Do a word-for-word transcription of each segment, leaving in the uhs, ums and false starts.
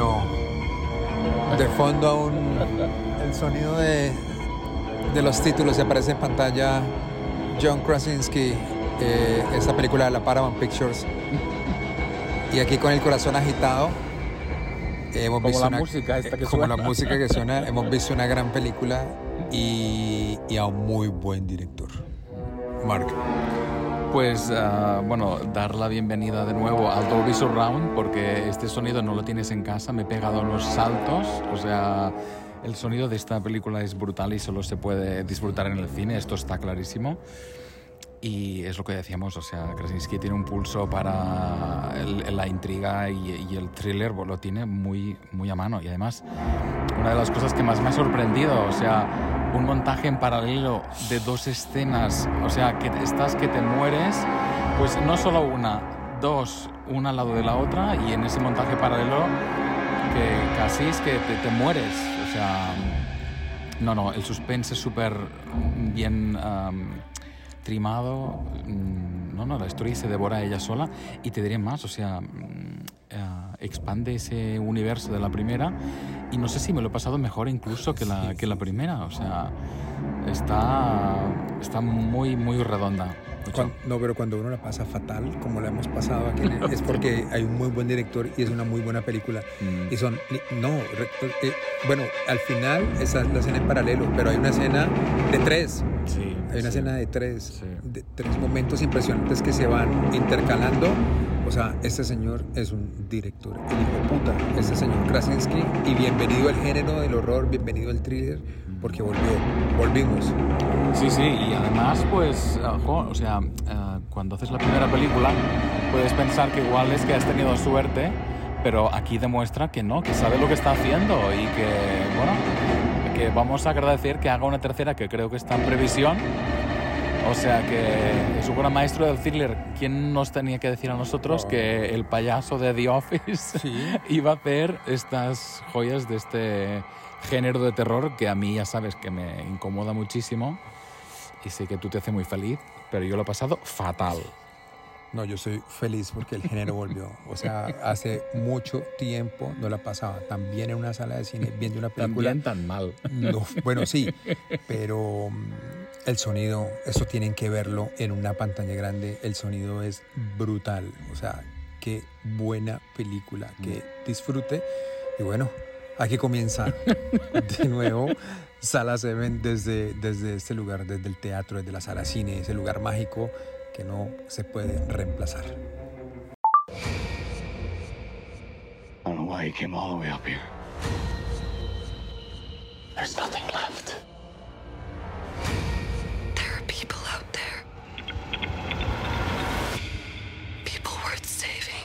Bueno, de fondo aún el sonido de, de los títulos, y aparece en pantalla John Krasinski, eh, esta película de la Paramount Pictures. Y aquí con el corazón agitado, eh, hemos como visto la una, música esta que eh, como suena. la música que suena, hemos visto una gran película y, y a un muy buen director. Mark. Pues, uh, bueno, dar la bienvenida de nuevo al Dolby Surround, porque este sonido no lo tienes en casa, me he pegado los saltos, o sea, el sonido de esta película es brutal y solo se puede disfrutar en el cine, esto está clarísimo. Y es lo que decíamos, o sea, Krasinski tiene un pulso para el, la intriga y, y el thriller, pues, lo tiene muy, muy a mano. Y además, una de las cosas que más me ha sorprendido, o sea, un montaje en paralelo de dos escenas, o sea, que estás que te mueres, pues no solo una, dos, una al lado de la otra, y en ese montaje paralelo que casi es que te, te mueres, o sea, no, no, el suspense es súper bien um, trimado, no, no, la historia se devora ella sola, y te diré más, o sea, uh, expande ese universo de la primera, y no sé si me lo he pasado mejor incluso que la, que la primera, o sea, está, está muy, muy redonda. Cuando, no, pero cuando uno la pasa fatal, como la hemos pasado aquí, es porque hay un muy buen director y es una muy buena película. Mm. Y son, no, eh, bueno, al final esa es la escena en paralelo, pero hay una escena de tres. Sí, hay una sí, escena de tres, sí. de tres momentos impresionantes que se van intercalando. O sea, este señor es un director, el hijo de puta, este señor Krasinski, y bienvenido al género del horror, bienvenido al thriller, porque volvió, volvimos. Sí, sí, y además, pues, ojo, o sea, uh, cuando haces la primera película, puedes pensar que igual es que has tenido suerte, pero aquí demuestra que no, que sabe lo que está haciendo y que, bueno, que vamos a agradecer que haga una tercera, que creo que está en previsión. O sea que es un gran maestro del thriller. ¿Quién nos tenía que decir a nosotros oh. que el payaso de The Office ¿Sí? iba a hacer estas joyas de este género de terror que a mí ya sabes que me incomoda muchísimo y sé que tú te hace muy feliz, pero yo lo he pasado fatal. No, yo soy feliz porque el género volvió. O sea, hace mucho tiempo no la pasaba tan bien en una sala de cine viendo una película. Tan bien, tan mal. No, bueno, sí, pero el sonido, eso tienen que verlo en una pantalla grande. El sonido es brutal. O sea, qué buena película, qué disfrute. Y bueno, aquí comienza de nuevo Sala Seven desde, desde este lugar, desde el teatro, desde la sala cine, ese lugar mágico que no se puede reemplazar. I don't know why you came all the way up here. There's nothing left. There are people out there. People worth saving.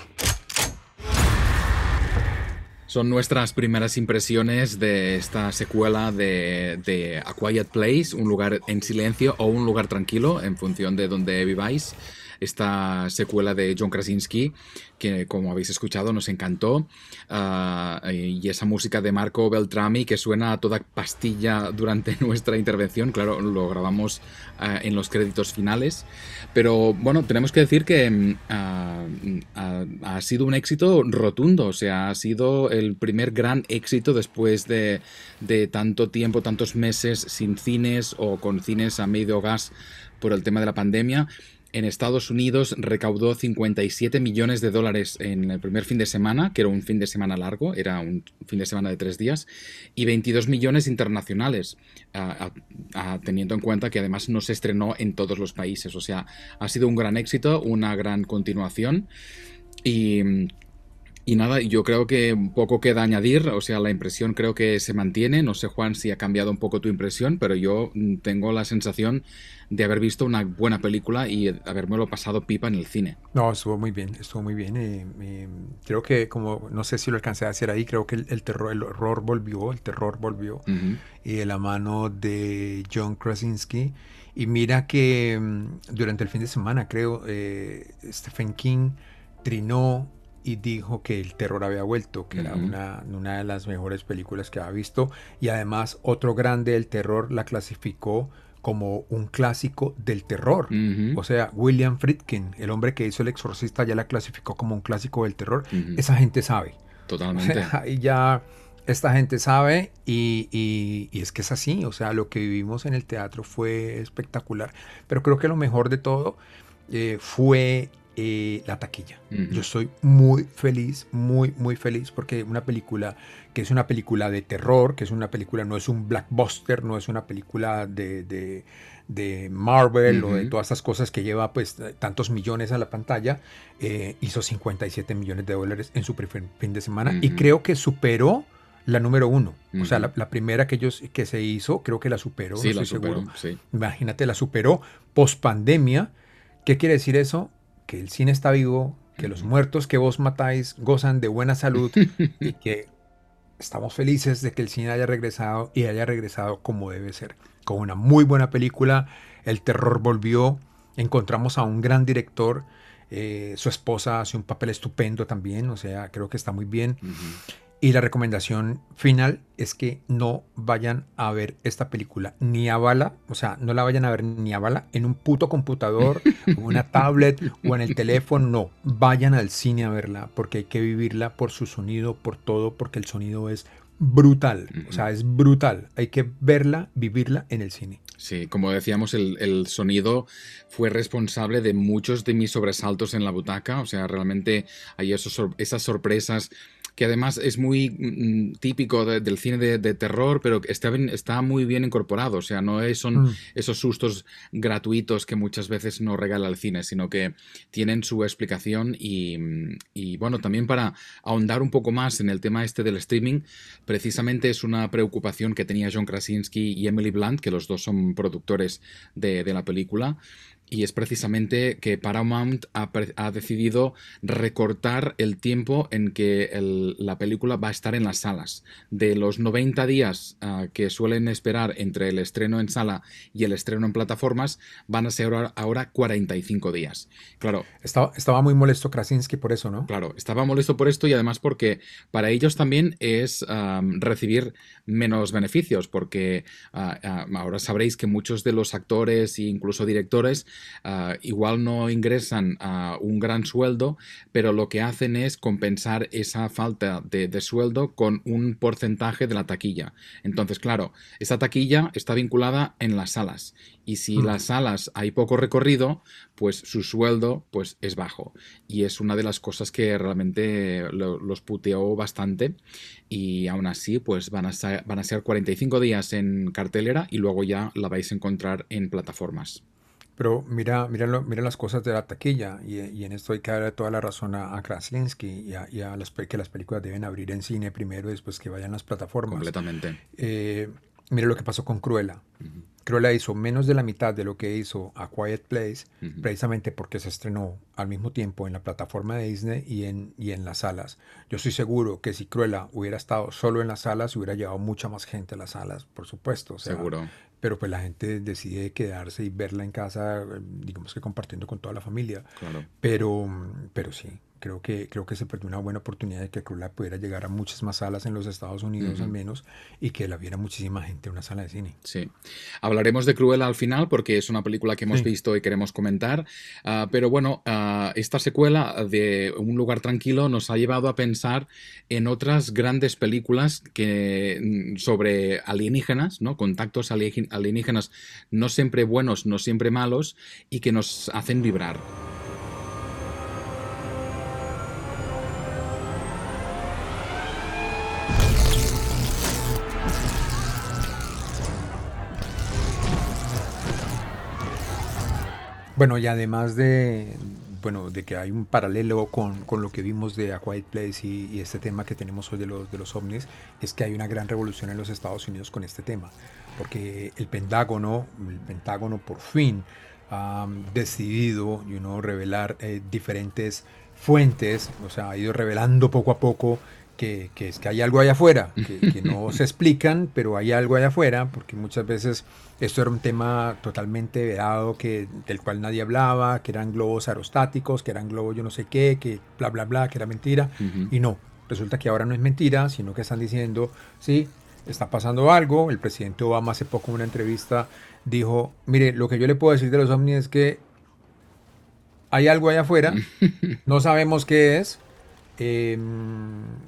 Son nuestras primeras impresiones de esta secuela de, de A Quiet Place, un lugar en silencio o un lugar tranquilo, en función de donde viváis. Esta secuela de John Krasinski, que como habéis escuchado nos encantó, uh, y esa música de Marco Beltrami que suena a toda pastilla durante nuestra intervención, claro, lo grabamos uh, en los créditos finales, pero bueno, tenemos que decir que uh, uh, ha sido un éxito rotundo, o sea, ha sido el primer gran éxito después de, de tanto tiempo, tantos meses sin cines o con cines a medio gas por el tema de la pandemia. En Estados Unidos recaudó cincuenta y siete millones de dólares en el primer fin de semana, que era un fin de semana largo, era un fin de semana de tres días, y veintidós millones internacionales, a, a, a, teniendo en cuenta que además no se estrenó en todos los países. O sea, ha sido un gran éxito, una gran continuación, y... Y nada, yo creo que poco queda añadir, o sea, la impresión creo que se mantiene. No sé, Juan, si ha cambiado un poco tu impresión, pero yo tengo la sensación de haber visto una buena película y habérmelo pasado pipa en el cine. No, estuvo muy bien, estuvo muy bien. Eh, eh, creo que, como, no sé si lo alcancé a decir ahí, creo que el, el terror, el horror volvió, el terror volvió, uh-huh. y de la mano de John Krasinski. Y mira que um, durante el fin de semana, creo, eh, Stephen King trinó y dijo que el terror había vuelto, que uh-huh. era una, una de las mejores películas que había visto, y además otro grande del terror la clasificó como un clásico del terror. Uh-huh. O sea, William Friedkin, el hombre que hizo El Exorcista, ya la clasificó como un clásico del terror. Uh-huh. Esa gente sabe. Totalmente. Ahí ya esta gente sabe y, y, y es que es así, o sea, lo que vivimos en el teatro fue espectacular, pero creo que lo mejor de todo eh, fue eh, la taquilla. Uh-huh. Yo estoy muy feliz, muy, muy feliz porque una película que es una película de terror, que es una película, no es un blockbuster, no es una película de... de de Marvel uh-huh. o de todas estas cosas que lleva pues tantos millones a la pantalla, eh, hizo cincuenta y siete millones de dólares en su primer fin de semana uh-huh. y creo que superó la número uno. Uh-huh. O sea, la, la primera que, ellos, que se hizo, creo que la superó, sí, no estoy la superó, seguro. Sí. Imagínate, la superó post pandemia. ¿Qué quiere decir eso? Que el cine está vivo, que uh-huh. los muertos que vos matáis gozan de buena salud y que estamos felices de que el cine haya regresado y haya regresado como debe ser. Con una muy buena película, el terror volvió, encontramos a un gran director, eh, su esposa hace un papel estupendo también, o sea, creo que está muy bien. Uh-huh. Y la recomendación final es que no vayan a ver esta película ni a bala, o sea, no la vayan a ver ni a bala en un puto computador, o una tablet o en el teléfono, no, vayan al cine a verla porque hay que vivirla por su sonido, por todo, porque el sonido es brutal, uh-huh. o sea, es brutal, hay que verla, vivirla en el cine. Sí, como decíamos, el, el sonido fue responsable de muchos de mis sobresaltos en la butaca, o sea, realmente hay esos, esas sorpresas que además es muy mm, típico de, del cine de, de terror, pero está, bien, está muy bien incorporado, o sea, no es, son mm. esos sustos gratuitos que muchas veces no regala el cine, sino que tienen su explicación y, y bueno, también para ahondar un poco más en el tema este del streaming, precisamente es una preocupación que tenía John Krasinski y Emily Blunt, que los dos son productores de, de la película, y es precisamente que Paramount ha, ha decidido recortar el tiempo en que el, la película va a estar en las salas. De los noventa días uh, que suelen esperar entre el estreno en sala y el estreno en plataformas, van a ser ahora, ahora cuarenta y cinco días. Claro, estaba, estaba muy molesto Krasinski por eso, ¿no? Claro, estaba molesto por esto y además porque para ellos también es um, recibir menos beneficios, porque uh, uh, ahora sabréis que muchos de los actores e incluso directores Uh, igual no ingresan a uh, un gran sueldo, pero lo que hacen es compensar esa falta de, de sueldo con un porcentaje de la taquilla. Entonces, claro, esa taquilla está vinculada en las salas y si mm. las salas hay poco recorrido, pues su sueldo pues, es bajo. Y es una de las cosas que realmente lo, los puteó bastante y aún así pues van a, ser, van a ser cuarenta y cinco días en cartelera y luego ya la vais a encontrar en plataformas. Pero mira, mira, lo, mira las cosas de la taquilla y, y en esto hay que darle toda la razón a, a Krasinski y a, y a las, que las películas deben abrir en cine primero y después que vayan a las plataformas. Completamente. Eh, mira lo que pasó con Cruella. Uh-huh. Cruella hizo menos de la mitad de lo que hizo A Quiet Place, uh-huh. precisamente porque se estrenó al mismo tiempo en la plataforma de Disney y en, y en las salas. Yo estoy seguro que si Cruella hubiera estado solo en las salas, hubiera llevado mucha más gente a las salas, por supuesto. O sea, seguro. Pero pues la gente decide quedarse y verla en casa, digamos que compartiendo con toda la familia. Claro. Pero, pero sí, creo que, creo que se perdió una buena oportunidad de que Cruella pudiera llegar a muchas más salas en los Estados Unidos uh-huh. al menos y que la viera muchísima gente en una sala de cine. Sí. Hablaremos de Cruella al final porque es una película que hemos sí. visto y queremos comentar. Uh, pero bueno, uh, esta secuela de Un lugar tranquilo nos ha llevado a pensar en otras grandes películas que, sobre alienígenas, ¿no? Contactos alienígenas no siempre buenos, no siempre malos y que nos hacen vibrar. Bueno, y además de, bueno, de que hay un paralelo con, con lo que vimos de A Quiet Place y, y este tema que tenemos hoy de los, de los ovnis, es que hay una gran revolución en los Estados Unidos con este tema, porque el Pentágono, el Pentágono por fin ha um, decidido, you know, revelar eh, diferentes fuentes, o sea, ha ido revelando poco a poco que, que es que hay algo allá afuera, que, que no se explican, pero hay algo allá afuera, porque muchas veces esto era un tema totalmente vedado, que, del cual nadie hablaba, que eran globos aerostáticos, que eran globos yo no sé qué, que bla, bla, bla, que era mentira, uh-huh. y no, resulta que ahora no es mentira, sino que están diciendo, sí, está pasando algo. El presidente Obama hace poco en una entrevista dijo, mire, lo que yo le puedo decir de los ovnis es que hay algo allá afuera, no sabemos qué es, eh,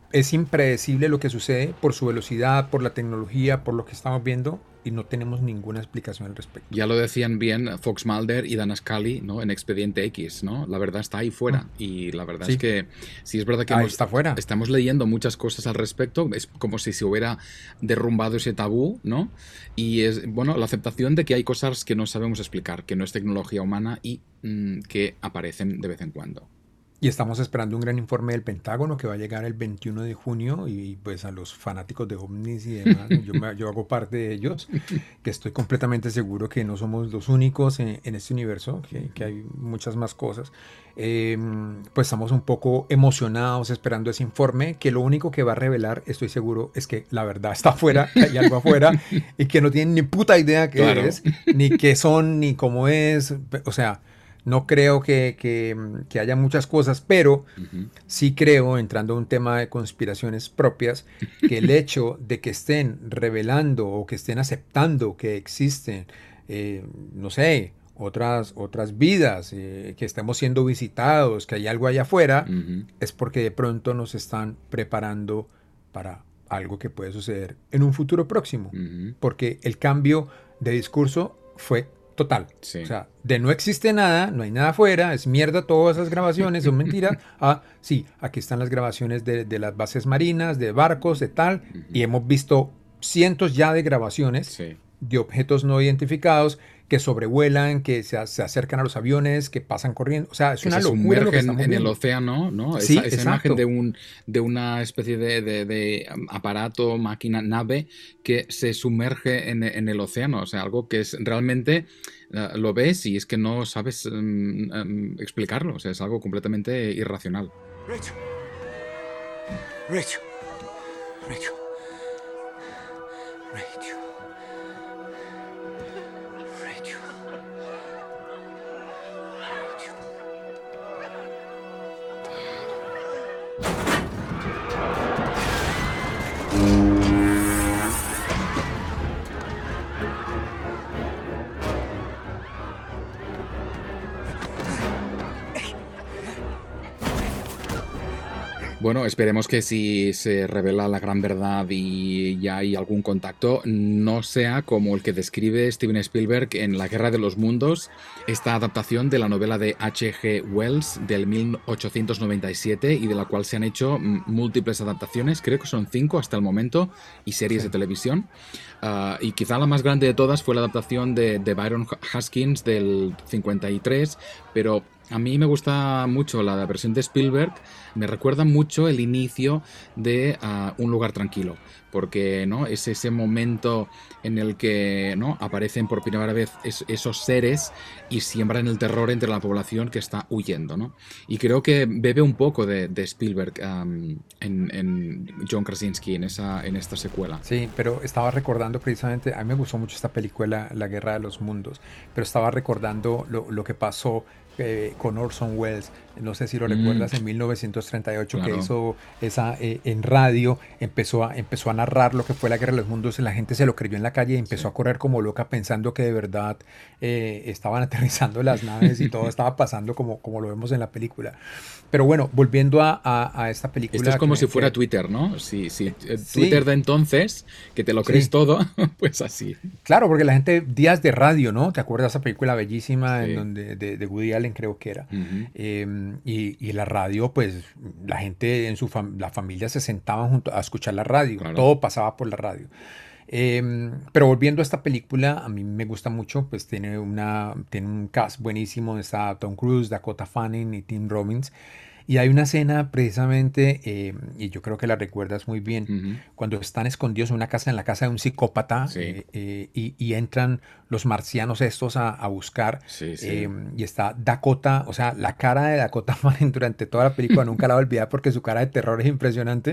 es impredecible lo que sucede por su velocidad, por la tecnología, por lo que estamos viendo, y no tenemos ninguna explicación al respecto. Ya lo decían bien Fox Mulder y Dana Scully, ¿no? En Expediente X, ¿no? La verdad está ahí fuera. Mm. Y la verdad sí. es que sí es verdad que ahí hemos, está fuera. Estamos leyendo muchas cosas al respecto. Es como si se hubiera derrumbado ese tabú, ¿no? Y es, bueno, la aceptación de que hay cosas que no sabemos explicar, que no es tecnología humana y mmm, que aparecen de vez en cuando. Y estamos esperando un gran informe del Pentágono que va a llegar el veintiuno de junio y pues a los fanáticos de ovnis y demás, yo, me, yo hago parte de ellos, que estoy completamente seguro que no somos los únicos en, en este universo, que, que hay muchas más cosas. Eh, pues estamos un poco emocionados esperando ese informe, que lo único que va a revelar, estoy seguro, es que la verdad está afuera, que hay algo afuera y que no tienen ni puta idea qué claro. es, ni qué son, ni cómo es, o sea... No creo que, que, que haya muchas cosas, pero uh-huh. sí creo, entrando a un tema de conspiraciones propias, que el hecho de que estén revelando o que estén aceptando que existen, eh, no sé, otras, otras vidas, eh, que estemos siendo visitados, que hay algo allá afuera, uh-huh. es porque de pronto nos están preparando para algo que puede suceder en un futuro próximo. Uh-huh. Porque el cambio de discurso fue total. Sí. O sea, de no existe nada, no hay nada afuera, es mierda, todas esas grabaciones son mentiras. Ah, sí, aquí están las grabaciones de, de las bases marinas, de barcos, de tal, uh-huh. y hemos visto cientos ya de grabaciones sí. de objetos no identificados que sobrevuelan, que se, se acercan a los aviones, que pasan corriendo. O sea, es que una se locura lo que sumergen en el océano, ¿no? Sí, esa, esa imagen de, un, de una especie de, de, de aparato, máquina, nave que se sumerge en, en el océano. O sea, algo que es realmente uh, lo ves y es que no sabes um, um, explicarlo. O sea, es algo completamente irracional. Rachel. Rachel. Rachel. Rachel. Bueno, esperemos que si se revela la gran verdad y ya hay algún contacto, no sea como el que describe Steven Spielberg en La Guerra de los Mundos, esta adaptación de la novela de H G Wells del mil ochocientos noventa y siete y de la cual se han hecho múltiples adaptaciones, creo que son cinco hasta el momento, y series sí. de televisión. Uh, y quizá la más grande de todas fue la adaptación de, de Byron Haskins del cincuenta y tres, pero a mí me gusta mucho la versión de Spielberg, me recuerda mucho el inicio de uh, Un lugar tranquilo, porque ¿no? es ese momento en el que ¿no? aparecen por primera vez es, esos seres y siembran el terror entre la población que está huyendo, ¿no? Y creo que bebe un poco de, de Spielberg um, en, en John Krasinski, en, esa, en esta secuela. Sí, pero estaba recordando precisamente, a mí me gustó mucho esta película, La Guerra de los Mundos, pero estaba recordando lo, lo que pasó eh, con Orson Welles, no sé si lo mm. recuerdas, en mil novecientos treinta y ocho, claro. que hizo esa eh, en radio, empezó a, empezó a narrar lo que fue la Guerra de los Mundos, y la gente se lo creyó en la calle y empezó sí. a correr como loca pensando que de verdad eh, estaban aterrizando las naves y todo estaba pasando como, como lo vemos en la película. Pero bueno, volviendo a, a, a esta película... Esto es como que, si fuera que, Twitter, ¿no? Si, si sí. Twitter de entonces, que te lo crees sí. todo, pues así. Claro, porque la gente, días de radio, ¿no? ¿Te acuerdas de esa película bellísima sí. en donde, de, de Woody Allen, creo que era? Uh-huh. eh, y, y la radio, pues la gente en su fam- la familia se sentaban junto a escuchar la radio, claro. todo pasaba por la radio. Eh, pero volviendo a esta película, a mí me gusta mucho, pues tiene, una, tiene un cast buenísimo, está Tom Cruise, Dakota Fanning y Tim Robbins. Y hay una escena precisamente, eh, y yo creo que la recuerdas muy bien, uh-huh. cuando están escondidos en una casa, en la casa de un psicópata, sí. eh, eh, y, y entran los marcianos estos a, a buscar, sí, sí. Eh, y está Dakota, o sea, la cara de Dakota Fanning durante toda la película, nunca la voy a olvidar porque su cara de terror es impresionante.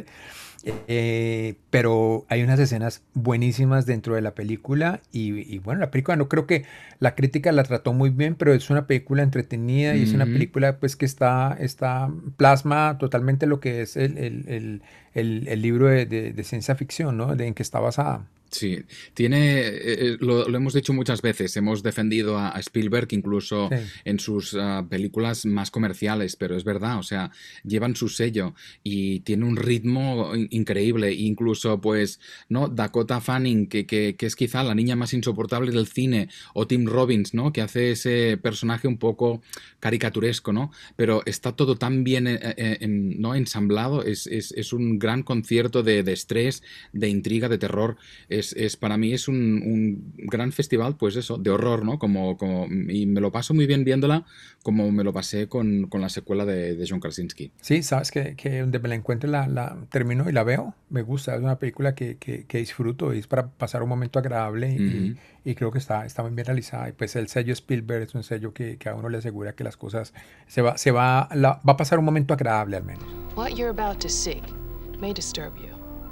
Eh, pero hay unas escenas buenísimas dentro de la película y, y bueno, la película no creo que la crítica la trató muy bien, pero es una película entretenida y mm-hmm. es una película pues que está, está plasma totalmente lo que es el, el, el, el, el libro de, de, de ciencia ficción, ¿no? De, en que está basada. Sí, tiene, eh, lo, lo hemos dicho muchas veces, hemos defendido a, a Spielberg incluso Sí. en sus uh, películas más comerciales, pero es verdad, o sea, llevan su sello y tiene un ritmo in- increíble, incluso pues, ¿no? Dakota Fanning, que, que, que es quizá la niña más insoportable del cine, o Tim Robbins, ¿no? Que hace ese personaje un poco caricaturesco, ¿no? Pero está todo tan bien eh, eh, en- ¿no? ensamblado, es, es, es un gran concierto de, de estrés, de intriga, de terror. Es, es, para mí es un, un gran festival, pues eso, de horror, ¿no? Como, como, y me lo paso muy bien viéndola, como me lo pasé con, con la secuela de, de John Krasinski. Sí, sabes que, que donde me la encuentre la, la termino y la veo. Me gusta, es una película que, que, que disfruto y es para pasar un momento agradable y, Ujú. y creo que está, está muy bien realizada. Y pues el sello Spielberg es un sello que, que a uno le asegura que las cosas se va, se va, la- va a pasar un momento agradable al menos. What you're about to see may disturb you.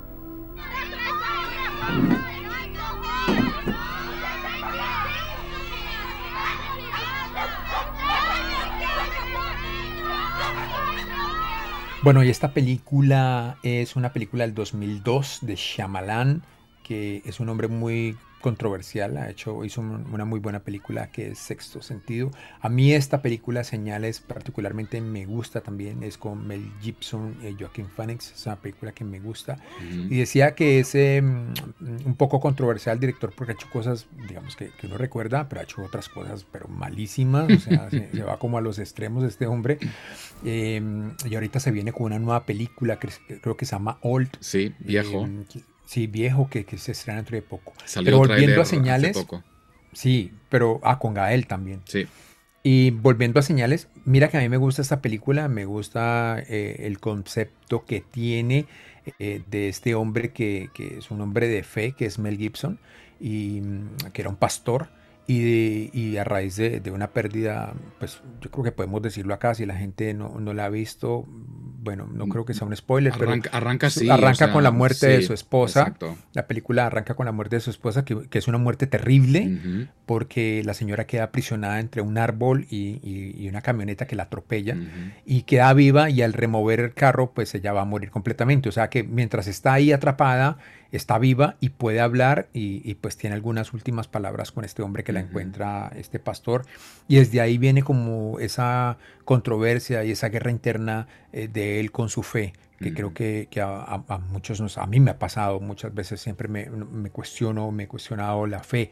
Bueno, y esta película es una película del dos mil dos de Shyamalan, que es un hombre muy controversial, ha hecho, hizo un- una muy buena película que es Sexto Sentido. A mí esta película, Señales, particularmente me gusta también, es con Mel Gibson y Joaquin Phoenix, es una película que me gusta. Ujú. Y decía que es eh, mm, un poco controversial el director porque ha hecho cosas, digamos, que, que uno recuerda, pero ha hecho otras cosas, pero malísimas, o sea, se, se va como a los extremos este hombre. Eh, y ahorita se viene con una nueva película que, es- que creo que se llama Old. Sí, viejo. eh, que- sí, viejo, que, que se estrena dentro de poco. Salió Pero el volviendo tráiler a hace Señales, poco. sí, pero ah, con Gael también. Sí. Y volviendo a Señales, mira que a mí me gusta esta película, me gusta eh, el concepto que tiene eh, de este hombre que, que es un hombre de fe, que es Mel Gibson, y mm, que era un pastor, y, de- y a raíz de, de una pérdida, pues yo creo que podemos decirlo acá, si la gente no, no la ha visto, bueno, no creo que sea un spoiler, pero Arranca, arranca su- sí, o arranca con la sea, muerte de sí, su esposa. exacto. La película arranca con la muerte de su esposa, que, que es una muerte terrible Ujú, porque la señora queda aprisionada entre un árbol y, y- y una camioneta que la atropella ujú. y queda viva y al remover el carro pues ella va a morir completamente. O sea que mientras está ahí atrapada, está viva y puede hablar y, y, pues tiene algunas últimas palabras con este hombre que la Ujú. encuentra, este pastor. Y desde ahí viene como esa controversia y esa guerra interna eh, de él con su fe que creo Ujú. que, que a, a- a muchos nos, a mí me ha pasado muchas veces, siempre me, me cuestiono, me he cuestionado la fe.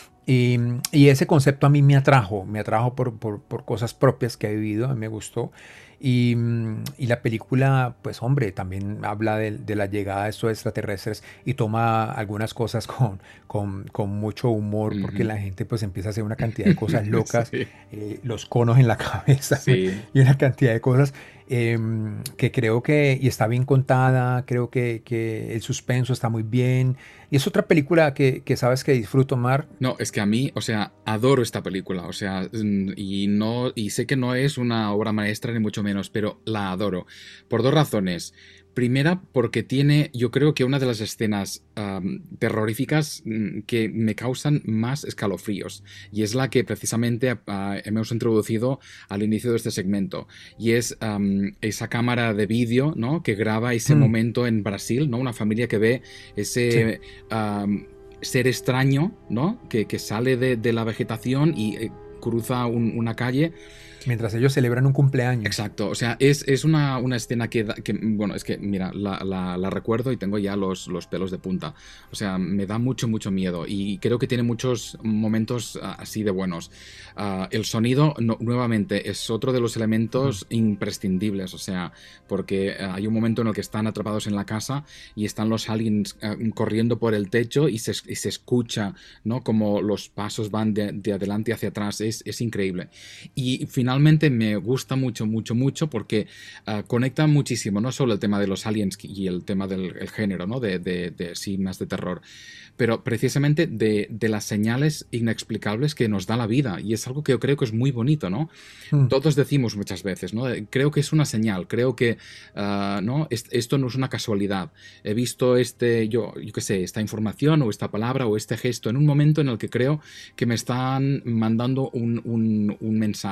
Y, y ese concepto a mí me atrajo, me atrajo por, por, por cosas propias que he vivido, a mí me gustó. Y, mm, y la película, pues hombre, también habla de, de la llegada de estos extraterrestres y toma algunas cosas con, con, con mucho humor, porque Ujú. la gente pues empieza a hacer una cantidad de cosas locas, Sí, eh, los conos en la cabeza sí. y una cantidad de cosas eh, que creo que, y está bien contada, creo que, que el suspenso está muy bien. Y es otra película que, que sabes que disfruto, Mar. No, es que a mí, o sea, adoro esta película, o sea, mm, y no, y sé que no es una obra maestra ni mucho menos, pero la adoro por dos razones. Primera, porque tiene, yo creo que una de las escenas am, terroríficas mm, que me causan más escalofríos, y es la que precisamente ah, hemos introducido al inicio de este segmento, y es am, esa cámara de vídeo, ¿no? Que graba ese Mm, momento en Brasil, ¿no? Una familia que ve sí. ese am, ser extraño, ¿no? Que, que sale de, de la vegetación y eh, cruza un- una calle. Mientras ellos celebran un cumpleaños. Exacto, o sea, es, es una, una escena que, da- que, bueno, es que, mira, la, la- la recuerdo y tengo ya los, los pelos de punta. O sea, me da mucho, mucho miedo y creo que tiene muchos momentos ah, así de buenos. Ah, el sonido, no- nuevamente, es otro de los Mm, elementos imprescindibles, o sea, porque ah, hay un momento en el que están atrapados en la casa y están los aliens ah, corriendo por el techo y se, es- y se escucha, ¿no? Como los pasos van de, de adelante hacia atrás, es, es increíble. Y finalmente me gusta mucho, mucho, mucho porque uh, conecta muchísimo, no solo el tema de los aliens y el tema del el género, ¿no? De, de, de sí, más de terror, pero precisamente de, de las señales inexplicables que nos da la vida. Y es algo que yo creo que es muy bonito, ¿no? mm, Todos decimos muchas veces, ¿no? Creo que es una señal, creo que, uh, ¿no? Est- esto no es una casualidad. He visto este, yo, yo qué sé, esta información o esta palabra o este gesto en un momento en el que creo que me están mandando un, un, un mensaje.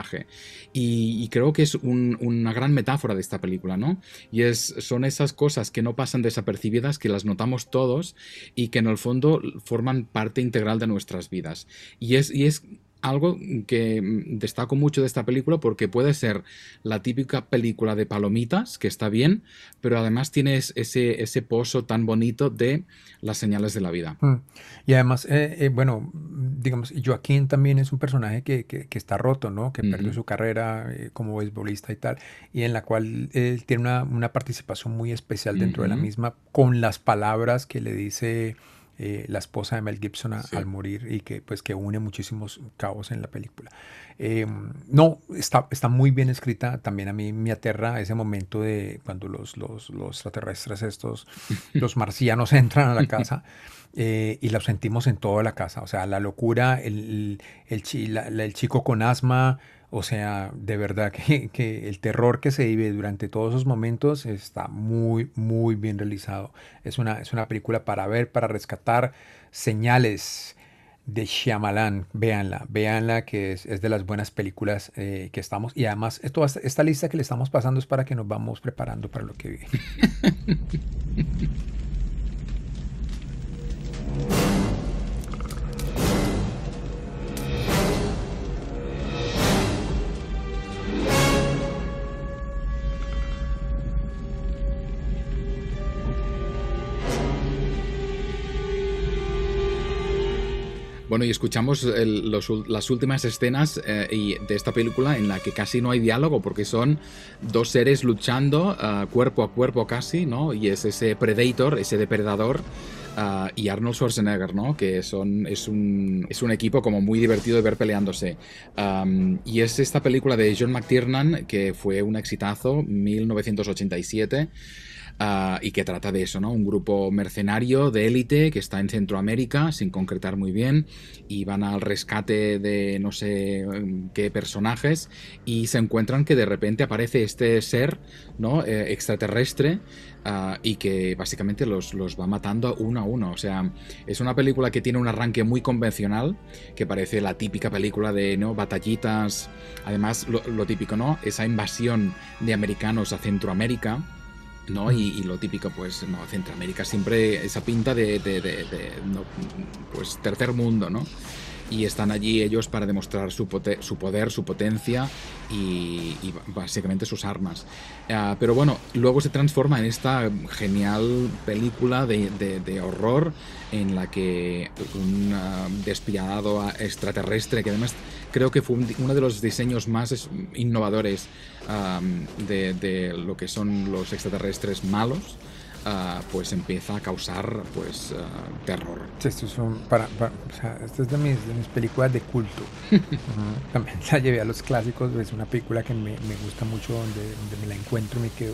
Y, y creo que es un, una gran metáfora de esta película, ¿no? Y es, son esas cosas que no pasan desapercibidas, que las notamos todos y que en el fondo forman parte integral de nuestras vidas. Y es, y es algo que destaco mucho de esta película porque puede ser la típica película de palomitas, que está bien, pero además tiene ese, ese pozo tan bonito de las señales de la vida. Mm. Y además, eh, eh, bueno, digamos, Joaquín también es un personaje que, que, que está roto, ¿no? Que perdió Ujú. su carrera eh, como beisbolista y tal, y en la cual él tiene una, una participación muy especial dentro de la Ujú. misma, con las palabras que le dice eh, la esposa de Mel Gibson a- Sí. al morir y que pues que une muchísimos cabos en la película. Eh, no, está, está muy bien escrita. También a mí me aterra ese momento de cuando los, los, los extraterrestres estos, los marcianos entran a la casa eh, y los sentimos en toda la casa. O sea, la locura, el, el, chi- la- la- el chico con asma. O sea, de verdad que, que el terror que se vive durante todos esos momentos está muy, muy bien realizado. Es una, es una película para ver, para rescatar señales de Shyamalan. Véanla, véanla, que es, es de las buenas películas eh, que estamos. Y además, esto, esta lista que le estamos pasando es para que nos vamos preparando para lo que viene. Bueno, y escuchamos el- los ul- las últimas escenas eh, y de esta película en la que casi no hay diálogo porque son dos seres luchando uh, cuerpo a cuerpo casi, ¿no? Y es ese Predator, ese depredador uh, y Arnold Schwarzenegger, ¿no? Que son, es, un, es un equipo como muy divertido de ver peleándose. Um, y es esta película de John McTiernan que fue un exitazo, mil novecientos ochenta y siete. Uh, y que trata de eso, ¿no? Un grupo mercenario de élite que está en Centroamérica, sin concretar muy bien, y van al rescate de no sé qué personajes y se encuentran que de repente aparece este ser, ¿no? Eh, extraterrestre uh, y que básicamente los, los va matando uno a uno. O sea, es una película que tiene un arranque muy convencional, que parece la típica película de, ¿no? Batallitas, además lo, lo típico, ¿no? Esa invasión de americanos a Centroamérica, ¿no? Y, y lo típico, pues, no, Centroamérica siempre esa pinta de, de, de, de no, pues, tercer mundo, ¿no? Y están allí ellos para demostrar su, pote su poder, su potencia y, y básicamente sus armas. Uh, pero bueno, luego se transforma en esta genial película de, de, de horror en la que un uh, despiadado extraterrestre, que además creo que fue un, uno de los diseños más innovadores um, de, de lo que son los extraterrestres malos, Uh, pues empieza a causar pues uh, terror. Esto es, un, para, para, o sea, esto es de, mis, de mis películas de culto. uh-huh. También la llevé a los clásicos. Es una película que me, me gusta mucho, donde, donde me la encuentro y me quedo.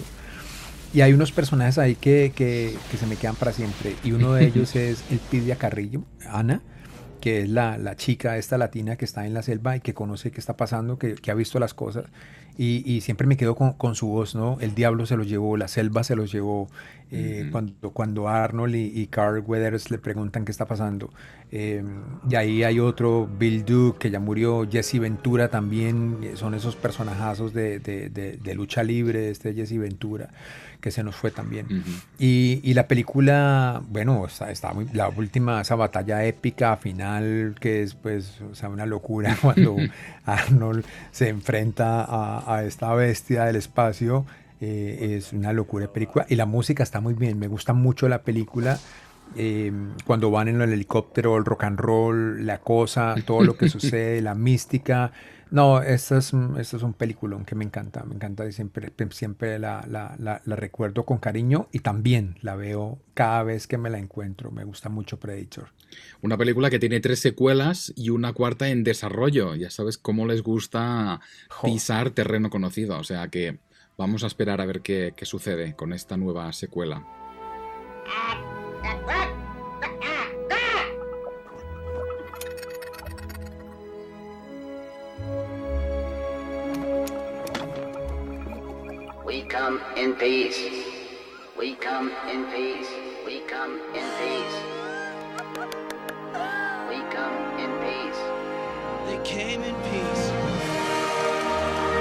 Y hay unos personajes ahí que, que, que se me quedan para siempre. Y uno de ellos es Elpidia Carrillo, Ana, que es la, la chica esta latina que está en la selva y que conoce qué está pasando, que, que ha visto las cosas. Y, y siempre me quedo con, con su voz, ¿no? El diablo se lo llevó, la selva se los llevó. Eh, uh-huh. cuando, cuando Arnold y, y Carl Weathers le preguntan qué está pasando. Eh, y ahí hay otro, Bill Duke, que ya murió, Jesse Ventura también. Son esos personajazos de, de, de, de lucha libre, este Jesse Ventura, que se nos fue también. Uh-huh. y, y la película, bueno, está, está muy, la última, esa batalla épica final, que es pues, o sea, una locura cuando Arnold se enfrenta a, a esta bestia del espacio. Eh, es una locura de película y la música está muy bien, me gusta mucho la película. Eh, cuando van en el helicóptero, el rock and roll, la cosa, todo lo que sucede, la mística. No, esto es, esto es un peliculón que me encanta, me encanta y siempre, siempre la, la, la, la recuerdo con cariño y también la veo cada vez que me la encuentro. Me gusta mucho Predator. Una película que tiene tres secuelas y una cuarta en desarrollo. Ya sabes cómo les gusta pisar terreno conocido, o sea que vamos a esperar a ver qué, qué sucede con esta nueva secuela. We come in peace. We come in peace. We come in peace. We come in peace. They came in peace.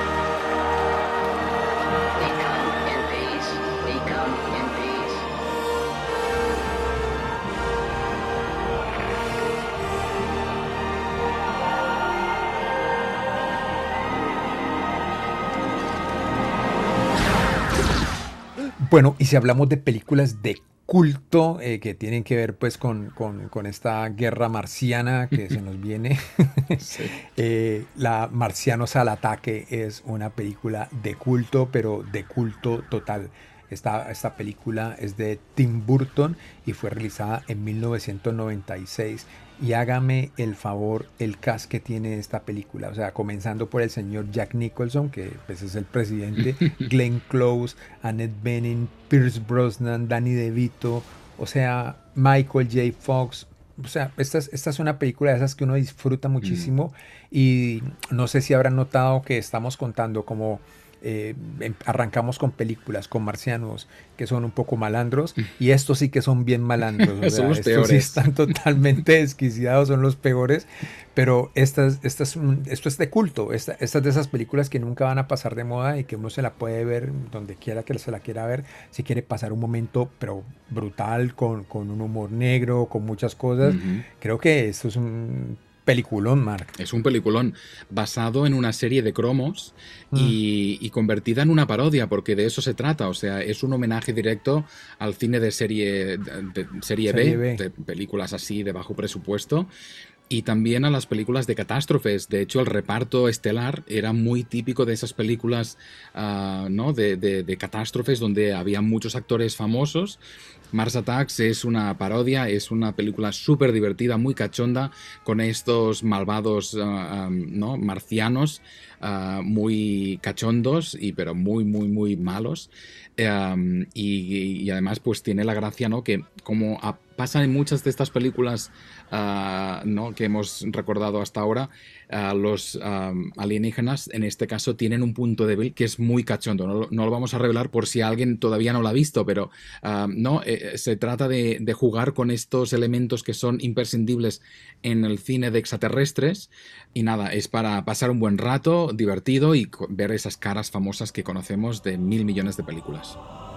Bueno, y si hablamos de películas de culto eh, que tienen que ver pues con, con, con esta guerra marciana que se nos viene, Sí. eh, la Marcianos al Ataque es una película de culto, pero de culto total. Esta, esta película es de Tim Burton y fue realizada en mil novecientos noventa y seis. Y hágame el favor, el cast que tiene esta película. O sea, comenzando por el señor Jack Nicholson, que pues, es el presidente, Glenn Close, Annette Bening, Pierce Brosnan, Danny DeVito, o sea, Michael J. Fox. O sea, esta es, esta es una película de esas que uno disfruta muchísimo. Mm. Y no sé si habrán notado que estamos contando como... Eh, arrancamos con películas, con marcianos que son un poco malandros y estos sí que son bien malandros, o sea, son los estos peores. sí están totalmente desquiciados, son los peores, pero estas, estas, esto es de culto, esta, estas de esas películas que nunca van a pasar de moda y que uno se la puede ver donde quiera que se la quiera ver, si quiere pasar un momento pero brutal, con, con un humor negro, con muchas cosas. Uh-huh. Creo que esto es un peliculón, Marc. Es un peliculón basado en una serie de cromos mm. y, y convertida en una parodia, porque de eso se trata. O sea, es un homenaje directo al cine de serie, de, de serie, serie B, B, de películas así de bajo presupuesto. Y también a las películas de catástrofes. De hecho, el reparto estelar era muy típico de esas películas uh, ¿no? de, de, de catástrofes donde había muchos actores famosos. Mars Attacks es una parodia, es una película súper divertida, muy cachonda, con estos malvados uh, um, ¿no? marcianos uh, muy cachondos, y, pero muy, muy, muy malos. Um, y, y además pues tiene la gracia, ¿no? Que como a, pasa en muchas de estas películas uh, ¿no? que hemos recordado hasta ahora, uh, los um, alienígenas en este caso tienen un punto débil que es muy cachondo. No, no lo vamos a revelar por si alguien todavía no lo ha visto, pero uh, no eh, se trata de, de jugar con estos elementos que son imprescindibles en el cine de extraterrestres. Y nada, es para pasar un buen rato, divertido, y ver esas caras famosas que conocemos de mil millones de películas.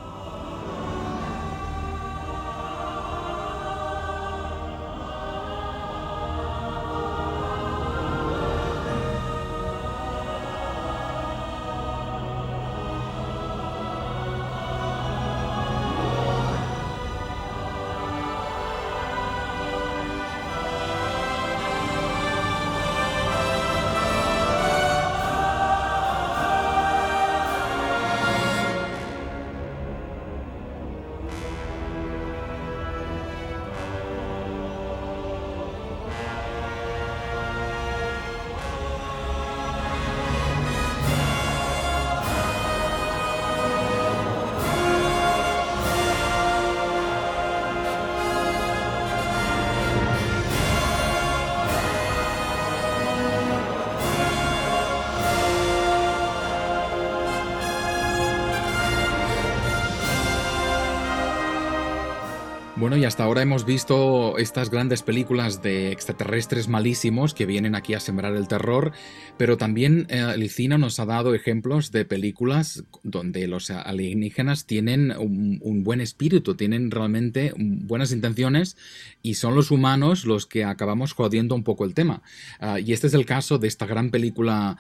Bueno, y hasta ahora hemos visto estas grandes películas de extraterrestres malísimos que vienen aquí a sembrar el terror, pero también eh, el cine nos ha dado ejemplos de películas donde los alienígenas tienen un, un buen espíritu, tienen realmente buenas intenciones, y son los humanos los que acabamos jodiendo un poco el tema. Uh, y este es el caso de esta gran película,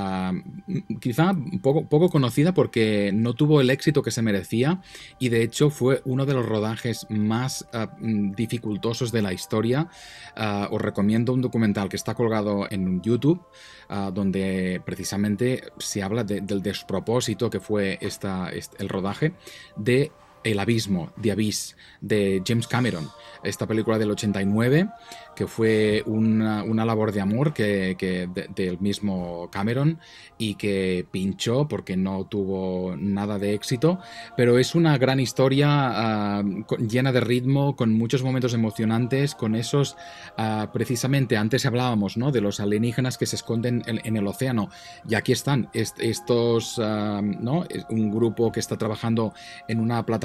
uh, quizá poco, poco conocida porque no tuvo el éxito que se merecía, y de hecho fue uno de los rodajes más Uh, dificultosos de la historia. Uh, os recomiendo un documental que está colgado en YouTube, uh, donde precisamente se habla de, del despropósito que fue esta, este, el rodaje de El Abismo, The Abyss, de James Cameron. Esta película del ochenta y nueve, que fue una, una labor de amor que, que de, del mismo Cameron, y que pinchó porque no tuvo nada de éxito, pero es una gran historia uh, con, llena de ritmo, con muchos momentos emocionantes, con esos, uh, precisamente antes hablábamos, ¿no? de los alienígenas que se esconden en, en el océano, y aquí están est, estos, uh, ¿no? un grupo que está trabajando en una plataforma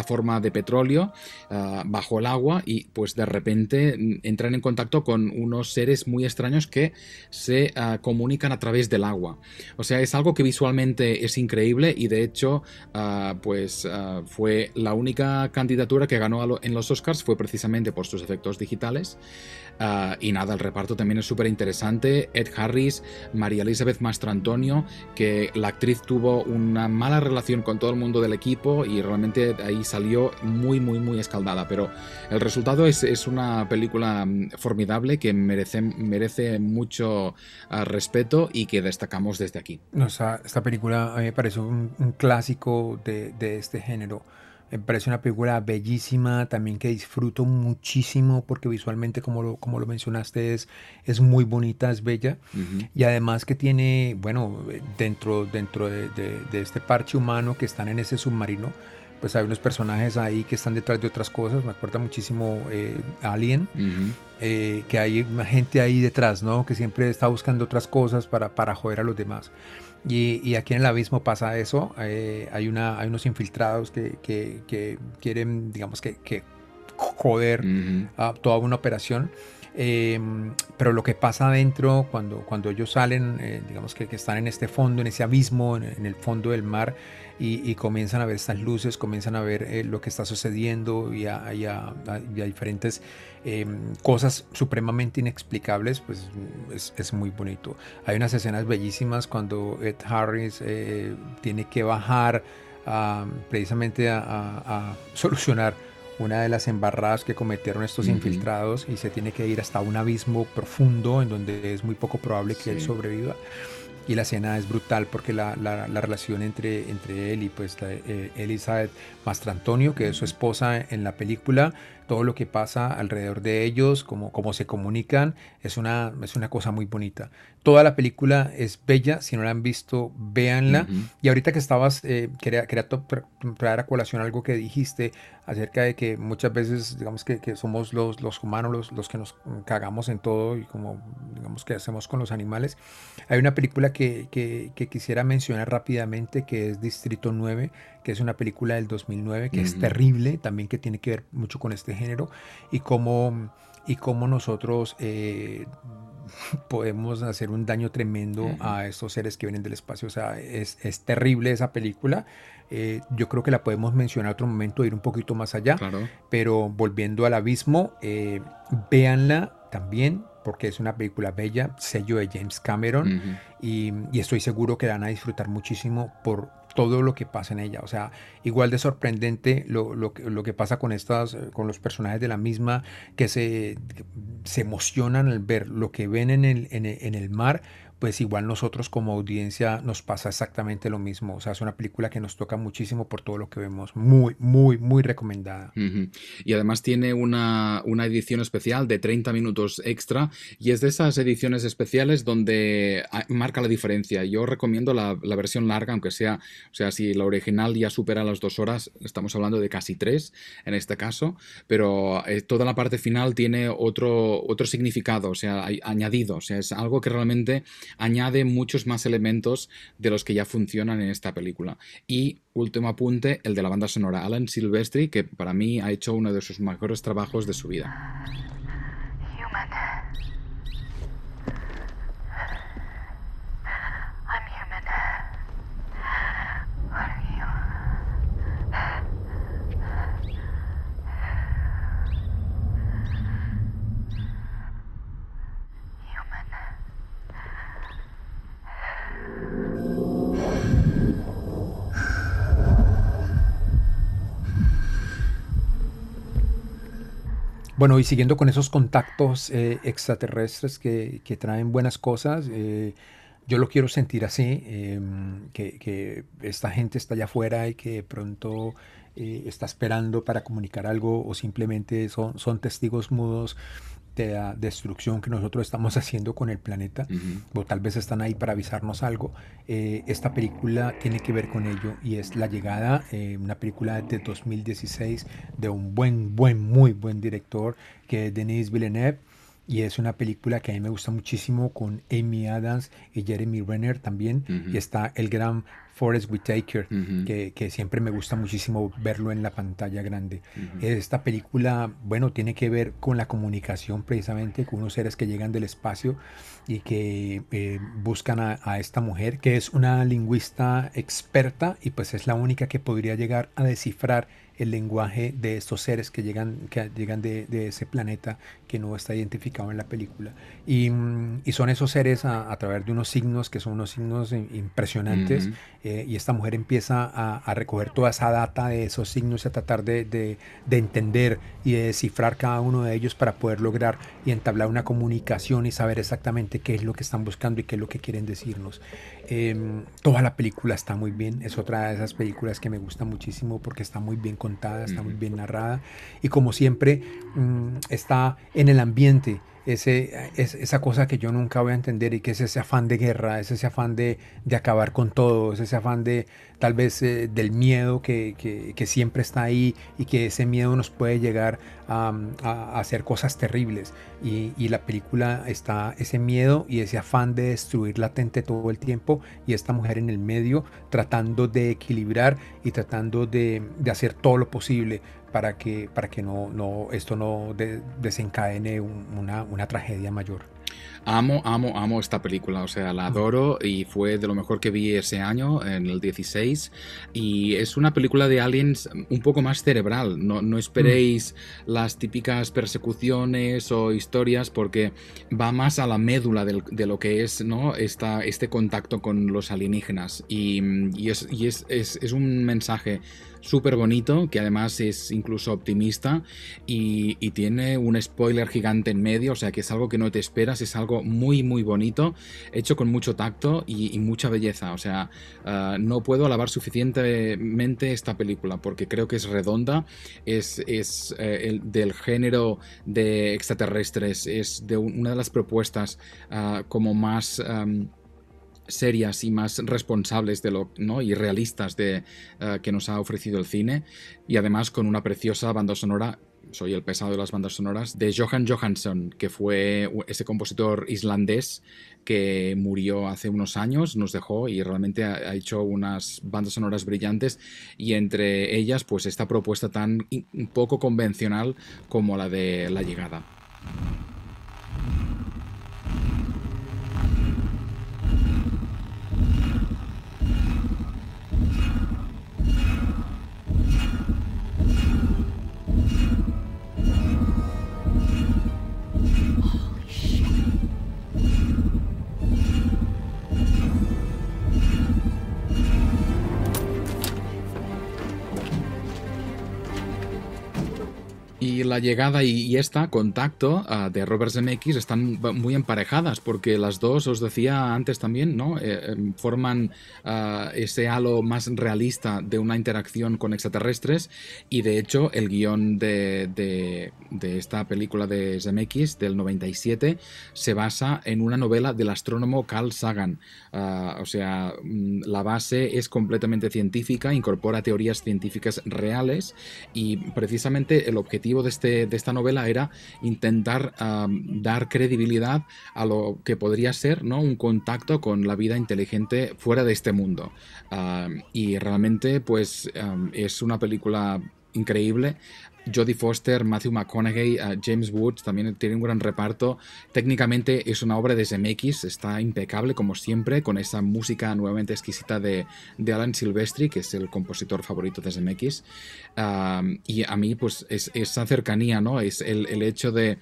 plataforma de petróleo uh, bajo el agua y pues de repente entran en contacto con unos seres muy extraños que se uh, comunican a través del agua. O sea, es algo que visualmente es increíble y de hecho uh, pues uh, fue la única candidatura que ganó a lo, en los Oscars fue precisamente por sus efectos digitales. Uh, y nada, el reparto también es súper interesante. Ed Harris, María Elizabeth Mastrantonio, que la actriz tuvo una mala relación con todo el mundo del equipo y realmente ahí salió muy, muy, muy escaldada. Pero el resultado es, es una película formidable que merece, merece mucho uh, respeto y que destacamos desde aquí. No, esta, esta película a mí me parece un, un clásico de, de este género. Me parece una película bellísima, también que disfruto muchísimo porque visualmente, como lo, como lo mencionaste, es, es muy bonita, es bella. Uh-huh. Y además que tiene, bueno, dentro, dentro de, de, de este parche humano que están en ese submarino, pues hay unos personajes ahí que están detrás de otras cosas. Me acuerda muchísimo eh, Alien, uh-huh. eh, que hay una gente ahí detrás, ¿no? Que siempre está buscando otras cosas para, para joder a los demás. Y, y aquí en el abismo pasa eso, eh, hay, una, hay unos infiltrados que, que, que quieren, digamos, que, que joder uh-huh. a toda una operación, eh, pero lo que pasa adentro cuando, cuando ellos salen, eh, digamos que, que están en este fondo, en ese abismo, en, en el fondo del mar, y, y comienzan a ver estas luces, comienzan a ver eh, lo que está sucediendo y a, y a, a, y a diferentes eh, cosas supremamente inexplicables, pues es, es muy bonito. Hay unas escenas bellísimas cuando Ed Harris eh, tiene que bajar uh, precisamente a, a, a solucionar una de las embarradas que cometieron estos uh-huh. infiltrados y se tiene que ir hasta un abismo profundo en donde es muy poco probable que sí. él sobreviva. Y la escena es brutal porque la, la, la relación entre, entre él y pues la, eh, Elizabeth Mastrantonio, que es su esposa en la película, todo lo que pasa alrededor de ellos, cómo, cómo se comunican, es una, es una cosa muy bonita. Toda la película es bella, si no la han visto, véanla. Uh-huh. Y ahorita que estabas, eh, quería, quería traer a colación algo que dijiste acerca de que muchas veces, digamos que, que somos los, los humanos los, los que nos cagamos en todo y como, digamos, que hacemos con los animales. Hay una película que, que, que quisiera mencionar rápidamente que es Distrito nueve, que es una película del dos mil nueve que uh-huh. es terrible, también que tiene que ver mucho con este género y cómo, y cómo nosotros eh, podemos hacer un daño tremendo uh-huh. a estos seres que vienen del espacio. O sea, es, es terrible esa película. Eh, yo creo que la podemos mencionar en otro momento, ir un poquito más allá. Claro. Pero volviendo al abismo, eh, véanla también, porque es una película bella, sello de James Cameron, uh-huh. y, y estoy seguro que la van a disfrutar muchísimo por todo lo que pasa en ella. O sea, igual de sorprendente lo, lo, lo que pasa con estas, con los personajes de la misma, que se, que se emocionan al ver lo que ven en el, en el, en el mar, pues igual nosotros como audiencia nos pasa exactamente lo mismo. O sea, es una película que nos toca muchísimo por todo lo que vemos. Muy, muy, muy recomendada. Uh-huh. Y además tiene una, una edición especial de treinta minutos extra y es de esas ediciones especiales donde marca la diferencia. Yo recomiendo la, la versión larga, aunque sea, o sea, si la original ya supera las dos horas, estamos hablando de casi tres en este caso, pero eh, toda la parte final tiene otro, otro significado, o sea, hay, añadido, o sea, es algo que realmente añade muchos más elementos de los que ya funcionan en esta película. Y último apunte, el de la banda sonora, Alan Silvestri, que para mí ha hecho uno de sus mejores trabajos de su vida. Human. I'm human. What are you? Bueno, y siguiendo con esos contactos eh, extraterrestres que, que traen buenas cosas, eh, yo lo quiero sentir así, eh, que, que esta gente está allá afuera y que de pronto eh, está esperando para comunicar algo o simplemente son, son testigos mudos de la destrucción que nosotros estamos haciendo con el planeta, uh-huh. o tal vez están ahí para avisarnos algo. Eh, esta película tiene que ver con ello y es La Llegada, eh, una película de dos mil dieciséis de un buen, buen, muy buen director que es Denis Villeneuve, y es una película que a mí me gusta muchísimo con Amy Adams y Jeremy Renner también, uh-huh. y está el gran Forest Whitaker, Uh-huh. que, que siempre me gusta muchísimo verlo en la pantalla grande. Uh-huh. Esta película, bueno, tiene que ver con la comunicación precisamente, con unos seres que llegan del espacio y que eh, buscan a, a esta mujer, que es una lingüista experta y pues es la única que podría llegar a descifrar el lenguaje de estos seres que llegan, que llegan de, de ese planeta que no está identificado en la película. Y, y son esos seres a, a través de unos signos que son unos signos impresionantes. Uh-huh. eh, y esta mujer empieza a, a recoger toda esa data de esos signos y a tratar de, de, de entender y de descifrar cada uno de ellos para poder lograr y entablar una comunicación y saber exactamente qué es lo que están buscando y qué es lo que quieren decirnos. Eh, toda la película está muy bien, es otra de esas películas que me gusta muchísimo porque está muy bien contada, está Uh-huh. muy bien narrada y como siempre mmm, está en el ambiente. Ese, es, esa cosa que yo nunca voy a entender y que es ese afán de guerra, es ese afán de, de acabar con todo, es ese afán de tal vez eh, del miedo que, que, que siempre está ahí y que ese miedo nos puede llegar a, a, a hacer cosas terribles y, y la película está ese miedo y ese afán de destruir latente todo el tiempo y esta mujer en el medio tratando de equilibrar y tratando de, de hacer todo lo posible para que, para que no, no, esto no de, desencadene un, una, una tragedia mayor. Amo, amo, amo esta película, o sea, la adoro y fue de lo mejor que vi ese año, en el dieciséis, y es una película de aliens un poco más cerebral, no, no esperéis mm. las típicas persecuciones o historias porque va más a la médula del, de lo que es, ¿no? Esta, este contacto con los alienígenas y, y, es, y es, es, es un mensaje súper bonito, que además es incluso optimista y, y tiene un spoiler gigante en medio, o sea que es algo que no te esperas, es algo muy muy bonito, hecho con mucho tacto y, y mucha belleza, o sea, uh, no puedo alabar suficientemente esta película porque creo que es redonda, es, es eh, el, del género de extraterrestres, es de un, una de las propuestas uh, como más... Um, serias y más responsables de lo, ¿no? y realistas de, uh, que nos ha ofrecido el cine y además con una preciosa banda sonora, soy el pesado de las bandas sonoras, de Jóhann Jóhannsson, que fue ese compositor islandés que murió hace unos años, nos dejó y realmente ha, ha hecho unas bandas sonoras brillantes y entre ellas pues esta propuesta tan un poco convencional como la de La Llegada. Y La Llegada y, y esta, Contacto, uh, de Robert Zemeckis, están muy emparejadas porque las dos, os decía antes también, ¿no? Eh, forman uh, ese halo más realista de una interacción con extraterrestres y de hecho el guión de, de, de esta película de Zemeckis del noventa y siete se basa en una novela del astrónomo Carl Sagan. Uh, o sea, la base es completamente científica, incorpora teorías científicas reales y precisamente el objetivo de, este, de esta novela era intentar um, dar credibilidad a lo que podría ser, ¿no? un contacto con la vida inteligente fuera de este mundo. Uh, y realmente pues um, es una película increíble. Jodie Foster, Matthew McConaughey, uh, James Woods también tiene un gran reparto. Técnicamente es una obra de Zemeckis, está impecable como siempre, con esa música nuevamente exquisita de, de Alan Silvestri, que es el compositor favorito de Zemeckis. Uh, y a mí pues es esa cercanía, ¿no? Es el, el hecho de,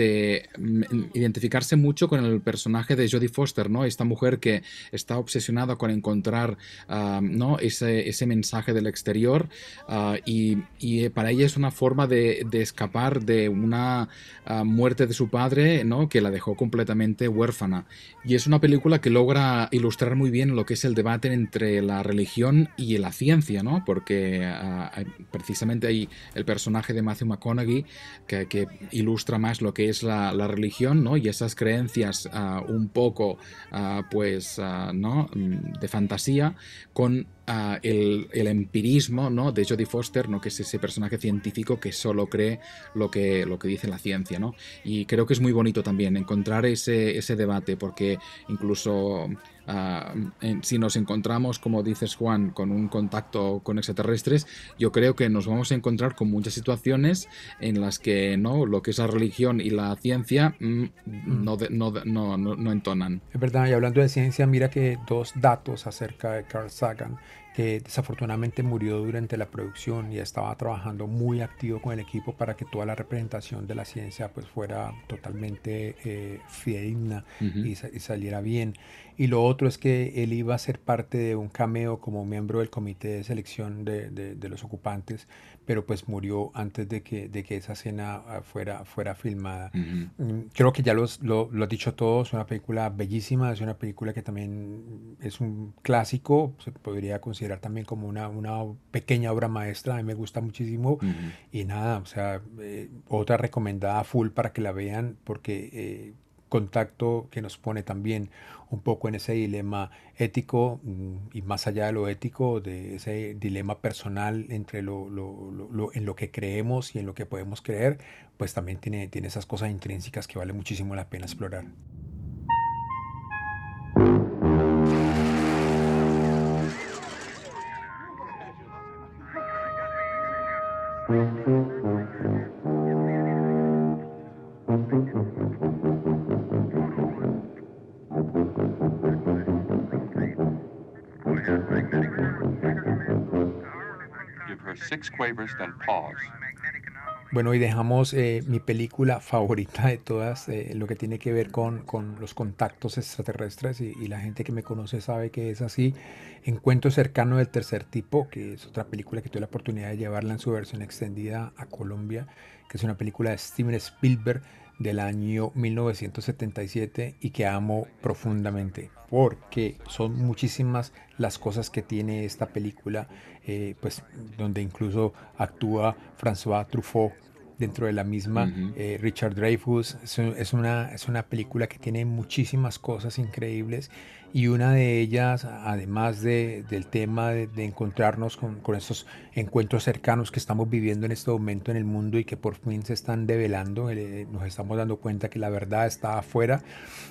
de identificarse mucho con el personaje de Jodie Foster, ¿no? Esta mujer que está obsesionada con encontrar uh, ¿no? ese, ese mensaje del exterior uh, y, y para ella es una forma De, de escapar de una uh, muerte de su padre, ¿no? que la dejó completamente huérfana. Y es una película que logra ilustrar muy bien lo que es el debate entre la religión y la ciencia, ¿no? porque uh, precisamente hay el personaje de Matthew McConaughey que, que ilustra más lo que es la, la religión, ¿no? y esas creencias uh, un poco uh, pues uh, ¿no? de fantasía con Uh, el, el empirismo, ¿no? de Jodie Foster, ¿no? que es ese personaje científico que solo cree lo que, lo que dice la ciencia, ¿no? Y creo que es muy bonito también encontrar ese, ese debate, porque incluso Uh, en, si nos encontramos, como dices Juan, con un contacto con extraterrestres, yo creo que nos vamos a encontrar con muchas situaciones en las que no lo que es la religión y la ciencia mm, mm. No, de, no, no, no, no entonan. Es verdad, y hablando de ciencia, mira que dos datos acerca de Carl Sagan, que desafortunadamente murió durante la producción y estaba trabajando muy activo con el equipo para que toda la representación de la ciencia pues fuera totalmente eh, fidedigna uh-huh. y, y saliera bien. Y lo otro es que él iba a ser parte de un cameo como miembro del comité de selección de, de, de los ocupantes, pero pues murió antes de que, de que esa escena fuera, fuera filmada. Uh-huh. Creo que ya los, lo, lo has dicho todo, es una película bellísima, es una película que también es un clásico, se podría considerar también como una, una pequeña obra maestra, a mí me gusta muchísimo. Uh-huh. Y nada, o sea, eh, otra recomendada full para que la vean, porque eh, Contacto, que nos pone también un poco en ese dilema ético y más allá de lo ético, de ese dilema personal entre lo, lo, lo, lo en lo que creemos y en lo que podemos creer, pues también tiene, tiene esas cosas intrínsecas que vale muchísimo la pena explorar. Give her six quavers, then pause. Bueno, y dejamos eh, mi película favorita de todas, eh, lo que tiene que ver con, con los contactos extraterrestres, y, y la gente que me conoce sabe que es así. Encuentro cercano del tercer tipo, que es otra película que tuve la oportunidad de llevarla en su versión extendida a Colombia, que es una película de Steven Spielberg del año mil novecientos setenta y siete y que amo profundamente, porque son muchísimas las cosas que tiene esta película, eh, pues donde incluso actúa François Truffaut dentro de la misma, uh-huh. eh, Richard Dreyfuss. Es, es, una, es una película que tiene muchísimas cosas increíbles, y una de ellas, además de, del tema de, de encontrarnos con, con estos encuentros cercanos que estamos viviendo en este momento en el mundo y que por fin se están develando, eh, nos estamos dando cuenta que la verdad está afuera,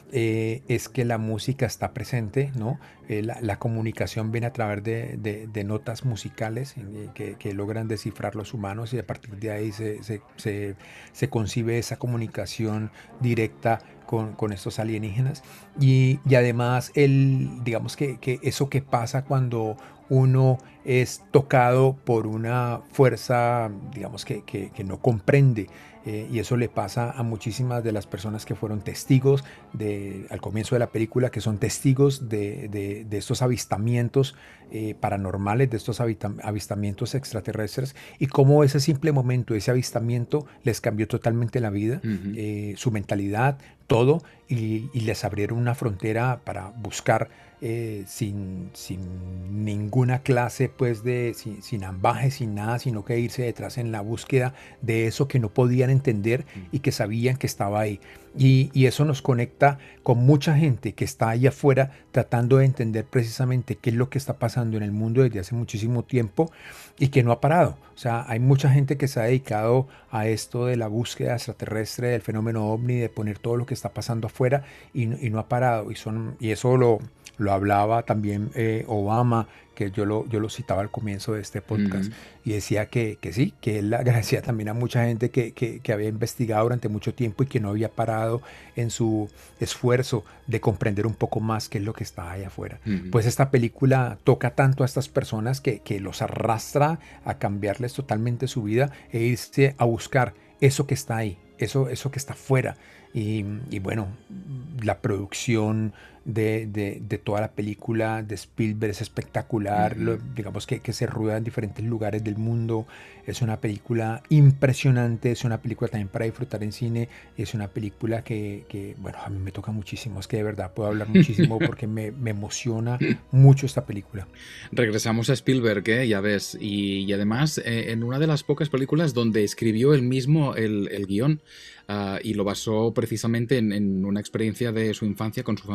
eh, es que la música está presente, ¿no? Eh, la, la comunicación viene a través de, de, de notas musicales eh, que, que logran descifrar los humanos, y a partir de ahí se, se, se, se concibe esa comunicación directa Con, con estos alienígenas, y, y además el, digamos que, que eso que pasa cuando uno es tocado por una fuerza, digamos que, que, que no comprende, eh, y eso le pasa a muchísimas de las personas que fueron testigos de, al comienzo de la película, que son testigos de, de, de estos avistamientos eh, paranormales, de estos avistamientos extraterrestres, y cómo ese simple momento, ese avistamiento les cambió totalmente la vida, uh-huh. eh, su mentalidad, todo, y, y les abrieron una frontera para buscar eh, sin, sin ninguna clase pues de, sin, sin ambaje, sin nada, sino que irse detrás en la búsqueda de eso que no podían entender y que sabían que estaba ahí. Y, y eso nos conecta con mucha gente que está ahí afuera tratando de entender precisamente qué es lo que está pasando en el mundo desde hace muchísimo tiempo y que no ha parado. O sea, hay mucha gente que se ha dedicado a esto de la búsqueda extraterrestre, del fenómeno ovni, de poner todo lo que está pasando afuera, y, y no ha parado. Y, son, y eso lo, lo hablaba también eh, Obama, que yo lo, yo lo citaba al comienzo de este podcast, uh-huh. y decía que, que sí, que él agradecía también a mucha gente que, que, que había investigado durante mucho tiempo y que no había parado en su esfuerzo de comprender un poco más qué es lo que está ahí afuera. Uh-huh. Pues esta película toca tanto a estas personas que, que los arrastra a cambiarles totalmente su vida e irse a buscar eso que está ahí, eso, eso que está afuera. Y, y bueno, la producción de, de, de toda la película de Spielberg es espectacular, uh-huh. Lo, digamos que, que se rueda en diferentes lugares del mundo. Es una película impresionante, es una película también para disfrutar en cine, es una película que, que bueno, a mí me toca muchísimo, es que de verdad puedo hablar muchísimo porque me, me emociona mucho esta película. Regresamos a Spielberg, ¿eh? Ya ves, y, y además eh, en una de las pocas películas donde escribió él mismo el, el guión, uh, y lo basó precisamente en, en una experiencia de su infancia con su familia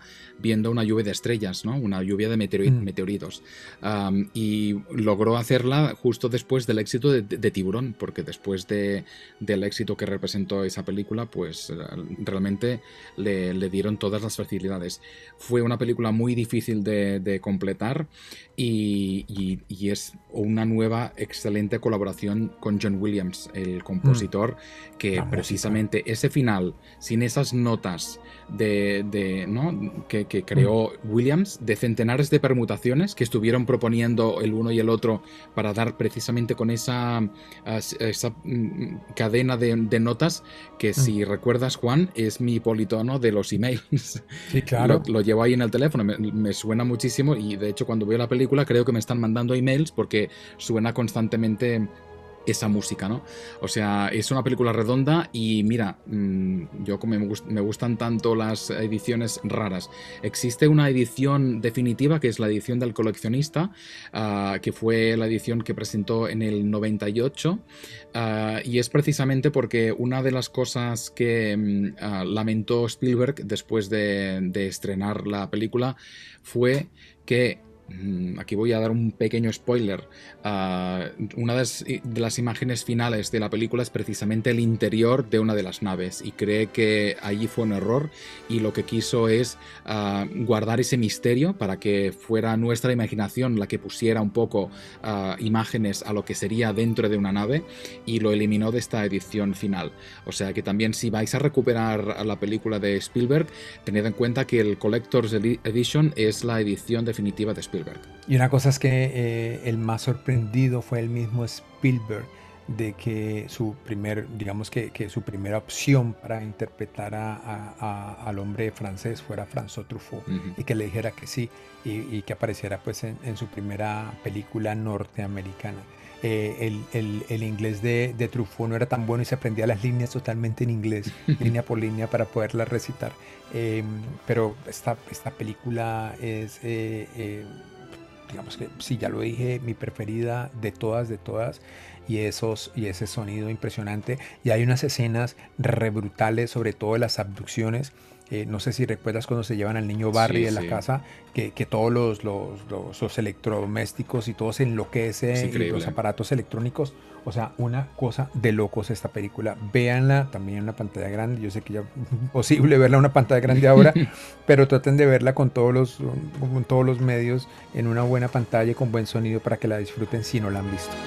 viendo una lluvia de estrellas, ¿no? Una lluvia de meteori- mm. meteoritos. Um, y logró hacerla justo después del éxito de, de, de Tiburón, porque después de, del éxito que representó esa película, pues realmente le, le dieron todas las facilidades. Fue una película muy difícil de, de completar y, y, y es una nueva excelente colaboración con John Williams, el compositor, mm. que La precisamente música. Ese final, sin esas notas de, de, ¿no? que, que creó mm. Williams, de centenares de permutaciones que estuvieron proponiendo el uno y el otro para dar precisamente con esa, esa cadena de, de notas que, mm. si recuerdas, Juan, es mi politono de los emails. Sí, claro. Lo, lo llevo ahí en el teléfono, me, me suena muchísimo y de hecho cuando veo la película creo que me están mandando emails porque suena constantemente esa música, ¿no? O sea, es una película redonda y mira, yo como me, gust- me gustan tanto las ediciones raras, existe una edición definitiva que es la edición del coleccionista, uh, que fue la edición que presentó en el noventa y ocho, uh, y es precisamente porque una de las cosas que uh, lamentó Spielberg después de, de estrenar la película fue que, aquí voy a dar un pequeño spoiler, uh, una de las, de las imágenes finales de la película es precisamente el interior de una de las naves y cree que allí fue un error y lo que quiso es uh, guardar ese misterio para que fuera nuestra imaginación la que pusiera un poco uh, imágenes a lo que sería dentro de una nave y lo eliminó de esta edición final. O sea que también si vais a recuperar la película de Spielberg, tened en cuenta que el Collector's Edition es la edición definitiva de Spielberg. Y una cosa es que eh, el más sorprendido fue el mismo Spielberg de que su primer, digamos que, que su primera opción para interpretar a, a, a, al hombre francés fuera François Truffaut, uh-huh. y que le dijera que sí y, y que apareciera pues en, en su primera película norteamericana. Eh, el, el, el inglés de, de Truffaut no era tan bueno y se aprendía las líneas totalmente en inglés, línea por línea, para poderlas recitar. Eh, pero esta, esta película es, eh, eh, digamos que, sí, ya lo dije, mi preferida de todas, de todas. Y, esos, y ese sonido impresionante. Y hay unas escenas re brutales, sobre todo de las abducciones. Eh, no sé si recuerdas cuando se llevan al niño Barry sí, de la sí. casa, que, que todos los, los, los, los electrodomésticos y todo se enloquece, y los aparatos electrónicos. O sea, una cosa de locos esta película. Véanla también en la pantalla grande. Yo sé que ya es imposible verla en una pantalla grande ahora, pero traten de verla con todos los, con todos los medios en una buena pantalla y con buen sonido para que la disfruten si no la han visto.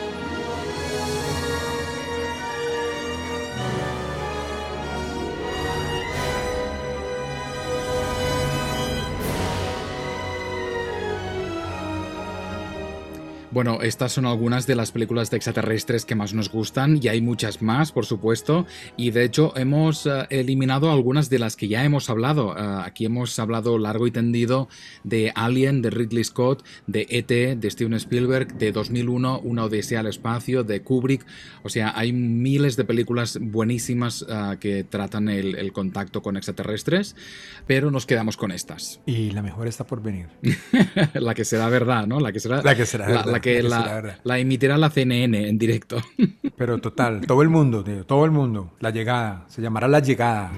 Bueno, estas son algunas de las películas de extraterrestres que más nos gustan y hay muchas más, por supuesto, y de hecho hemos uh, eliminado algunas de las que ya hemos hablado. Uh, aquí hemos hablado largo y tendido de Alien, de Ridley Scott, de E T, de Steven Spielberg, de dos mil uno, Una Odisea al Espacio, de Kubrick. O sea, hay miles de películas buenísimas uh, que tratan el, el contacto con extraterrestres, pero nos quedamos con estas. Y la mejor está por venir. La que será verdad, ¿no? La que será, la que será la, verdad. La que la, la, la emitirá la C N N en directo. Pero total, todo el mundo, tío, todo el mundo. La Llegada, se llamará La Llegada.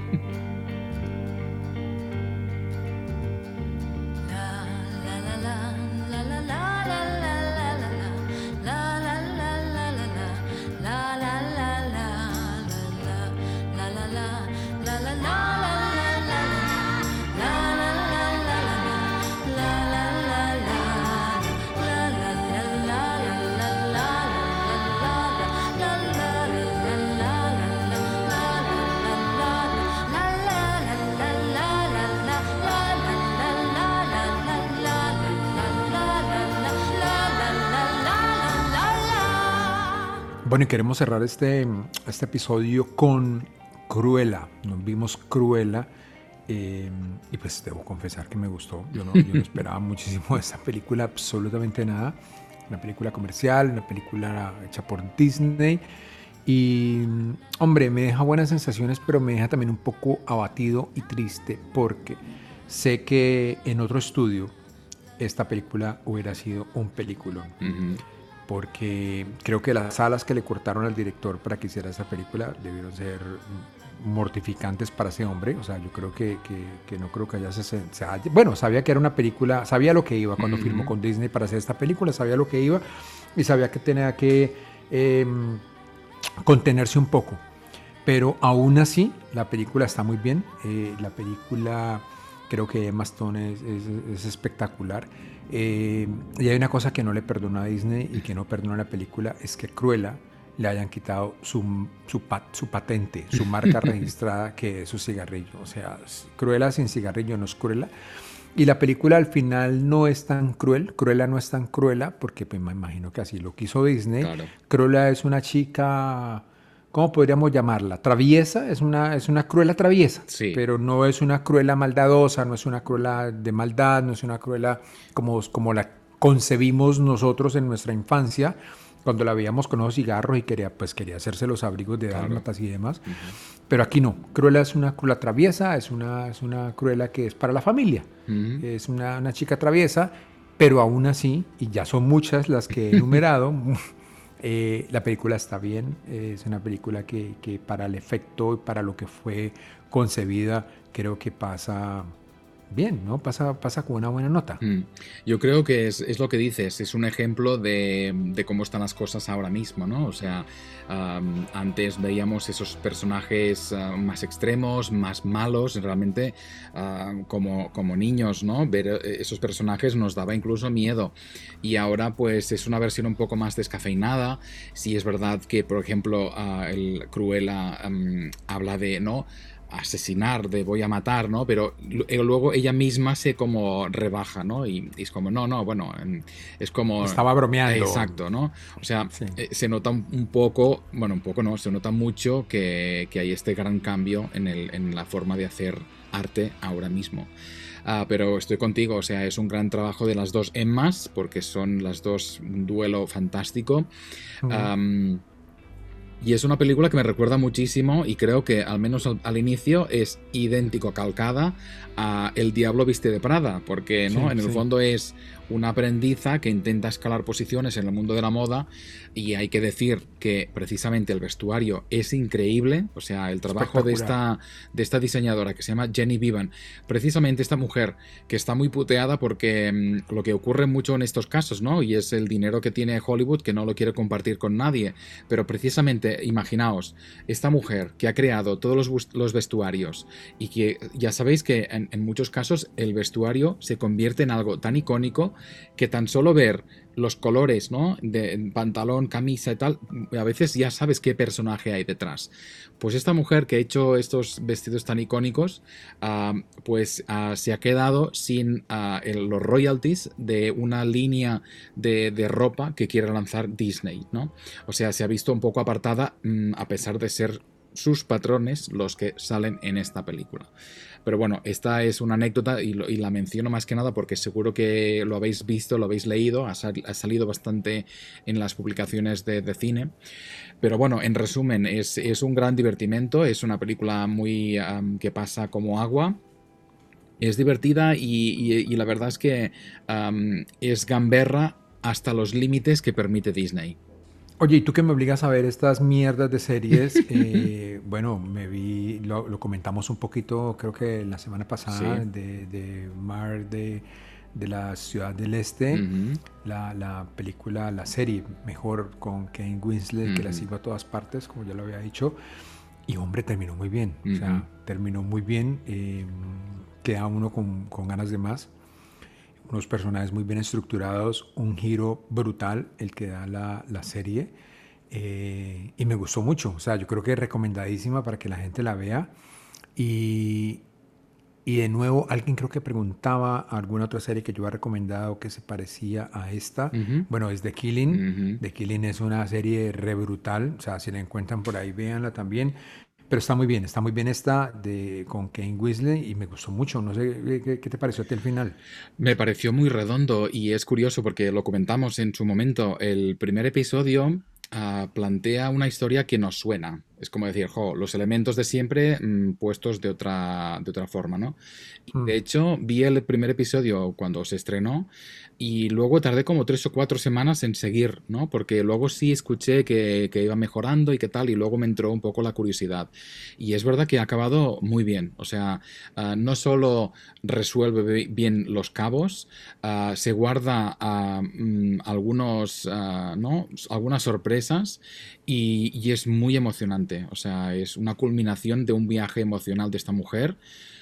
Bueno, y queremos cerrar este, este episodio con Cruella. Nos vimos Cruella eh, y pues debo confesar que me gustó. Yo no, yo no esperaba muchísimo de esta película, absolutamente nada. Una película comercial, una película hecha por Disney. Y, hombre, me deja buenas sensaciones, pero me deja también un poco abatido y triste porque sé que en otro estudio esta película hubiera sido un peliculón. Uh-huh. porque creo que las alas que le cortaron al director para que hiciera esa película debieron ser mortificantes para ese hombre. O sea, yo creo que, que, que no creo que haya... Se, se haya bueno, sabía que era una película, sabía lo que iba cuando mm-hmm. firmó con Disney para hacer esta película, sabía lo que iba y sabía que tenía que eh, contenerse un poco. Pero aún así, la película está muy bien. Eh, la película, creo que Emma Stone es, es, es espectacular. Eh, y hay una cosa que no le perdona a Disney y que no perdona a la película, es que Cruella le hayan quitado su, su, pat, su patente, su marca registrada, que es su cigarrillo. O sea, Cruella sin cigarrillo no es Cruella. Y la película al final no es tan cruel. Cruella no es tan cruela porque pues, me imagino que así lo quiso Disney. Claro. Cruella es una chica... ¿Cómo podríamos llamarla? Traviesa, es una, es una Cruella traviesa, sí. Pero no es una Cruella maldadosa, no es una Cruella de maldad, no es una Cruella como, como la concebimos nosotros en nuestra infancia, cuando la veíamos con los cigarros y quería, pues, quería hacerse los abrigos de claro. dálmatas y demás. Uh-huh. Pero aquí no, Cruella es una Cruella traviesa, es una, es una Cruella que es para la familia, uh-huh. es una, una chica traviesa, pero aún así, y ya son muchas las que he enumerado, Eh, la película está bien, eh, es una película que, que para el efecto y para lo que fue concebida creo que pasa bien, ¿no? Pasa, pasa con una buena nota. Mm. Yo creo que es, es lo que dices, es un ejemplo de, de cómo están las cosas ahora mismo, ¿no? O sea, um, antes veíamos esos personajes uh, más extremos, más malos, realmente uh, como, como niños, ¿no? Ver esos personajes nos daba incluso miedo. Y ahora pues es una versión un poco más descafeinada. Sí es verdad que, por ejemplo, uh, el Cruella um, habla de, ¿no?, asesinar, de voy a matar, ¿no? Pero luego ella misma se como rebaja, ¿no? Y, y es como, no, no, bueno, es como... Estaba bromeando. Exacto, ¿no? O sea, sí. eh, se nota un, un poco, bueno, un poco no, se nota mucho que, que hay este gran cambio en, el, en la forma de hacer arte ahora mismo. Uh, pero estoy contigo, o sea, es un gran trabajo de las dos Emmas, porque son las dos un duelo fantástico. Uh-huh. Um, Y es una película que me recuerda muchísimo y creo que al menos al, al inicio es idéntico, calcada a El Diablo Viste de Prada, porque ¿no? Sí, en el sí. fondo es una aprendiza que intenta escalar posiciones en el mundo de la moda y hay que decir que precisamente el vestuario es increíble, o sea, el trabajo de esta, de esta diseñadora que se llama Jenny Bevan, precisamente esta mujer que está muy puteada porque mmm, lo que ocurre mucho en estos casos, ¿no? Y es el dinero que tiene Hollywood que no lo quiere compartir con nadie, pero precisamente imaginaos, esta mujer que ha creado todos los, los vestuarios y que ya sabéis que en, en muchos casos el vestuario se convierte en algo tan icónico que tan solo ver los colores, ¿no?, de pantalón, camisa y tal, a veces ya sabes qué personaje hay detrás. Pues esta mujer que ha hecho estos vestidos tan icónicos, uh, pues uh, se ha quedado sin uh, el, los royalties de una línea de, de ropa que quiere lanzar Disney, ¿no? O sea, se ha visto un poco apartada um, a pesar de ser sus patrones los que salen en esta película. Pero bueno, esta es una anécdota y, lo, y la menciono más que nada porque seguro que lo habéis visto, lo habéis leído, ha, sal, ha salido bastante en las publicaciones de, de cine. Pero bueno, en resumen, es, es un gran divertimento, es una película muy um, que pasa como agua. Es divertida y, y, y la verdad es que um, es gamberra hasta los límites que permite Disney. Oye, ¿y tú que me obligas a ver estas mierdas de series? eh, bueno, me vi, lo, lo comentamos un poquito, creo que la semana pasada, sí. de, de Mar de, de la Ciudad del Este, uh-huh. la, la película, la serie mejor con Kate Winslet, uh-huh. que la sigo a todas partes, como ya lo había dicho, y hombre, terminó muy bien, uh-huh. o sea, terminó muy bien, eh, queda uno con, con ganas de más. Unos personajes muy bien estructurados, un giro brutal el que da la, la serie, eh, y me gustó mucho, o sea, yo creo que es recomendadísima para que la gente la vea. Y, y de nuevo, alguien creo que preguntaba alguna otra serie que yo había recomendado que se parecía a esta. Uh-huh. Bueno, es The Killing. Uh-huh. The Killing es una serie re brutal, o sea, si la encuentran por ahí, véanla también. Pero está muy bien, está muy bien esta de, con Kate Winslet y me gustó mucho. No sé, ¿qué, qué te pareció a ti el final? Me pareció muy redondo y es curioso porque lo comentamos en su momento. El primer episodio uh, plantea una historia que nos suena. Es como decir, jo, los elementos de siempre mmm, puestos de otra, de otra forma, ¿no? Mm. De hecho, vi el primer episodio cuando se estrenó y luego tardé como tres o cuatro semanas en seguir, ¿no? Porque luego sí escuché que, que iba mejorando y qué tal, y luego me entró un poco la curiosidad. Y es verdad que ha acabado muy bien. O sea, uh, no solo resuelve bien los cabos, uh, se guarda uh, um, algunos, uh, ¿no? algunas sorpresas y, y es muy emocionante. O sea, es una culminación de un viaje emocional de esta mujer.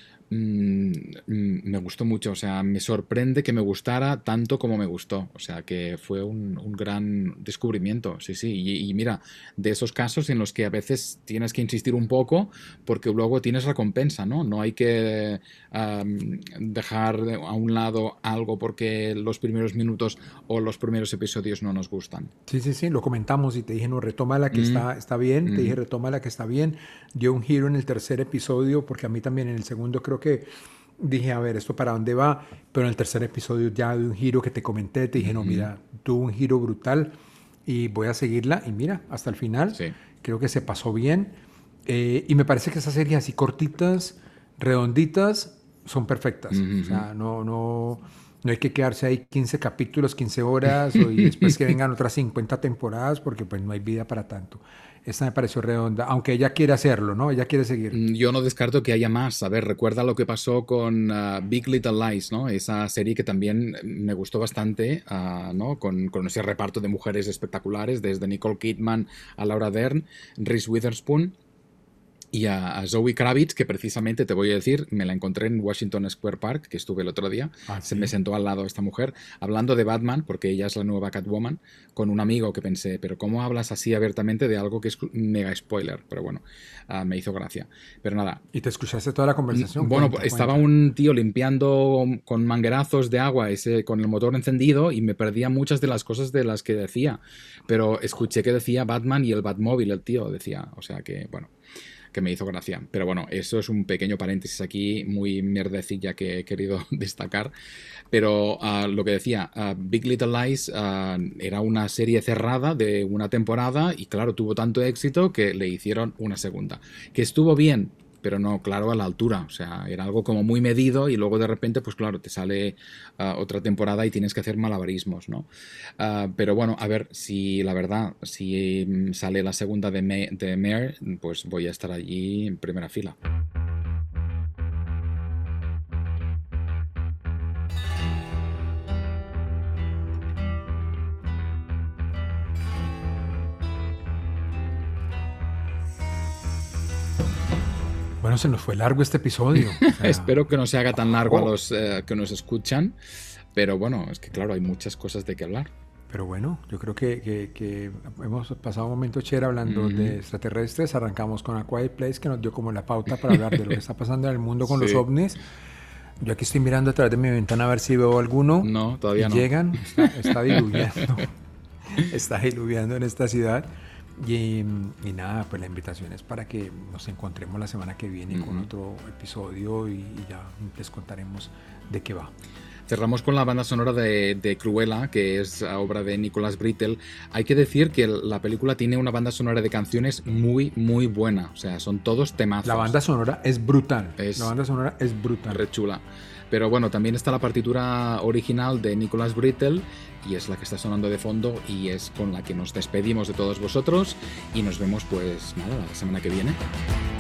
Mm, me gustó mucho, o sea, me sorprende que me gustara tanto como me gustó, o sea, que fue un, un gran descubrimiento, sí, sí, y, y mira, de esos casos en los que a veces tienes que insistir un poco porque luego tienes recompensa, ¿no? No hay que um, dejar a un lado algo porque los primeros minutos o los primeros episodios no nos gustan. Sí, sí, sí, lo comentamos y te dije, no, retoma la que mm. está, está bien, mm. te dije, retoma la que está bien, dio un giro en el tercer episodio, porque a mí también en el segundo creo que dije, a ver, ¿esto para dónde va? Pero en el tercer episodio ya de un giro que te comenté, te dije, no, mira, tuvo un giro brutal y voy a seguirla. Y mira, hasta el final, sí. creo que se pasó bien. Eh, y me parece que esas series así cortitas, redonditas, son perfectas. Uh-huh. O sea, no, no, no hay que quedarse ahí quince capítulos, quince horas, o, y después que vengan otras cincuenta temporadas, porque pues no hay vida para tanto. Esta me pareció redonda, aunque ella quiere hacerlo, ¿no? Ella quiere seguir. Yo no descarto que haya más. A ver, recuerda lo que pasó con uh, Big Little Lies, ¿no? Esa serie que también me gustó bastante, uh, ¿no? Con, con ese reparto de mujeres espectaculares, desde Nicole Kidman a Laura Dern, Reese Witherspoon y a, a Zoe Kravitz, que precisamente, te voy a decir, me la encontré en Washington Square Park, que estuve el otro día. Ah, ¿sí? Se me sentó al lado esta mujer, hablando de Batman, porque ella es la nueva Catwoman, con un amigo que pensé, pero ¿cómo hablas así abiertamente de algo que es mega spoiler? Pero bueno, uh, me hizo gracia. Pero nada. ¿Y te escuchaste toda la conversación? Bueno, cuenta, estaba cuenta. un tío limpiando con manguerazos de agua ese, con el motor encendido y me perdía muchas de las cosas de las que decía. Pero escuché que decía Batman y el Batmóvil, el tío decía. O sea que, bueno, que me hizo gracia. Pero bueno, eso es un pequeño paréntesis aquí, muy mierdecilla que he querido destacar. Pero uh, lo que decía, uh, Big Little Lies uh, era una serie cerrada de una temporada y claro, tuvo tanto éxito que le hicieron una segunda. Que estuvo bien, pero no, claro, a la altura. O sea, era algo como muy medido y luego de repente, pues claro, te sale uh, otra temporada y tienes que hacer malabarismos, ¿no? Uh, pero bueno, a ver, si la verdad, si sale la segunda de, Me- de Mare, pues voy a estar allí en primera fila. Bueno, se nos fue largo este episodio. O sea, espero que no se haga tan largo oh. a los eh, que nos escuchan, pero bueno, es que claro, hay muchas cosas de qué hablar. Pero bueno, yo creo que, que, que hemos pasado un momento chévere hablando mm-hmm. de extraterrestres. Arrancamos con A Quiet Place, que nos dio como la pauta para hablar de lo que está pasando en el mundo con sí. los ovnis. Yo aquí estoy mirando a través de mi ventana a ver si veo alguno. No, todavía no. Llegan, está, está diluviando. Está diluviando en esta ciudad. Y, y nada, pues la invitación es para que nos encontremos la semana que viene uh-huh. con otro episodio y, y ya les contaremos de qué va. Cerramos con la banda sonora de, de Cruella, que es obra de Nicholas Britell. Hay que decir que la película tiene una banda sonora de canciones muy, muy buena. O sea, son todos temazos. La banda sonora es brutal. Es la banda sonora es brutal. Re chula. Pero bueno, también está la partitura original de Nicholas Britell y es la que está sonando de fondo y es con la que nos despedimos de todos vosotros y nos vemos pues nada, la semana que viene.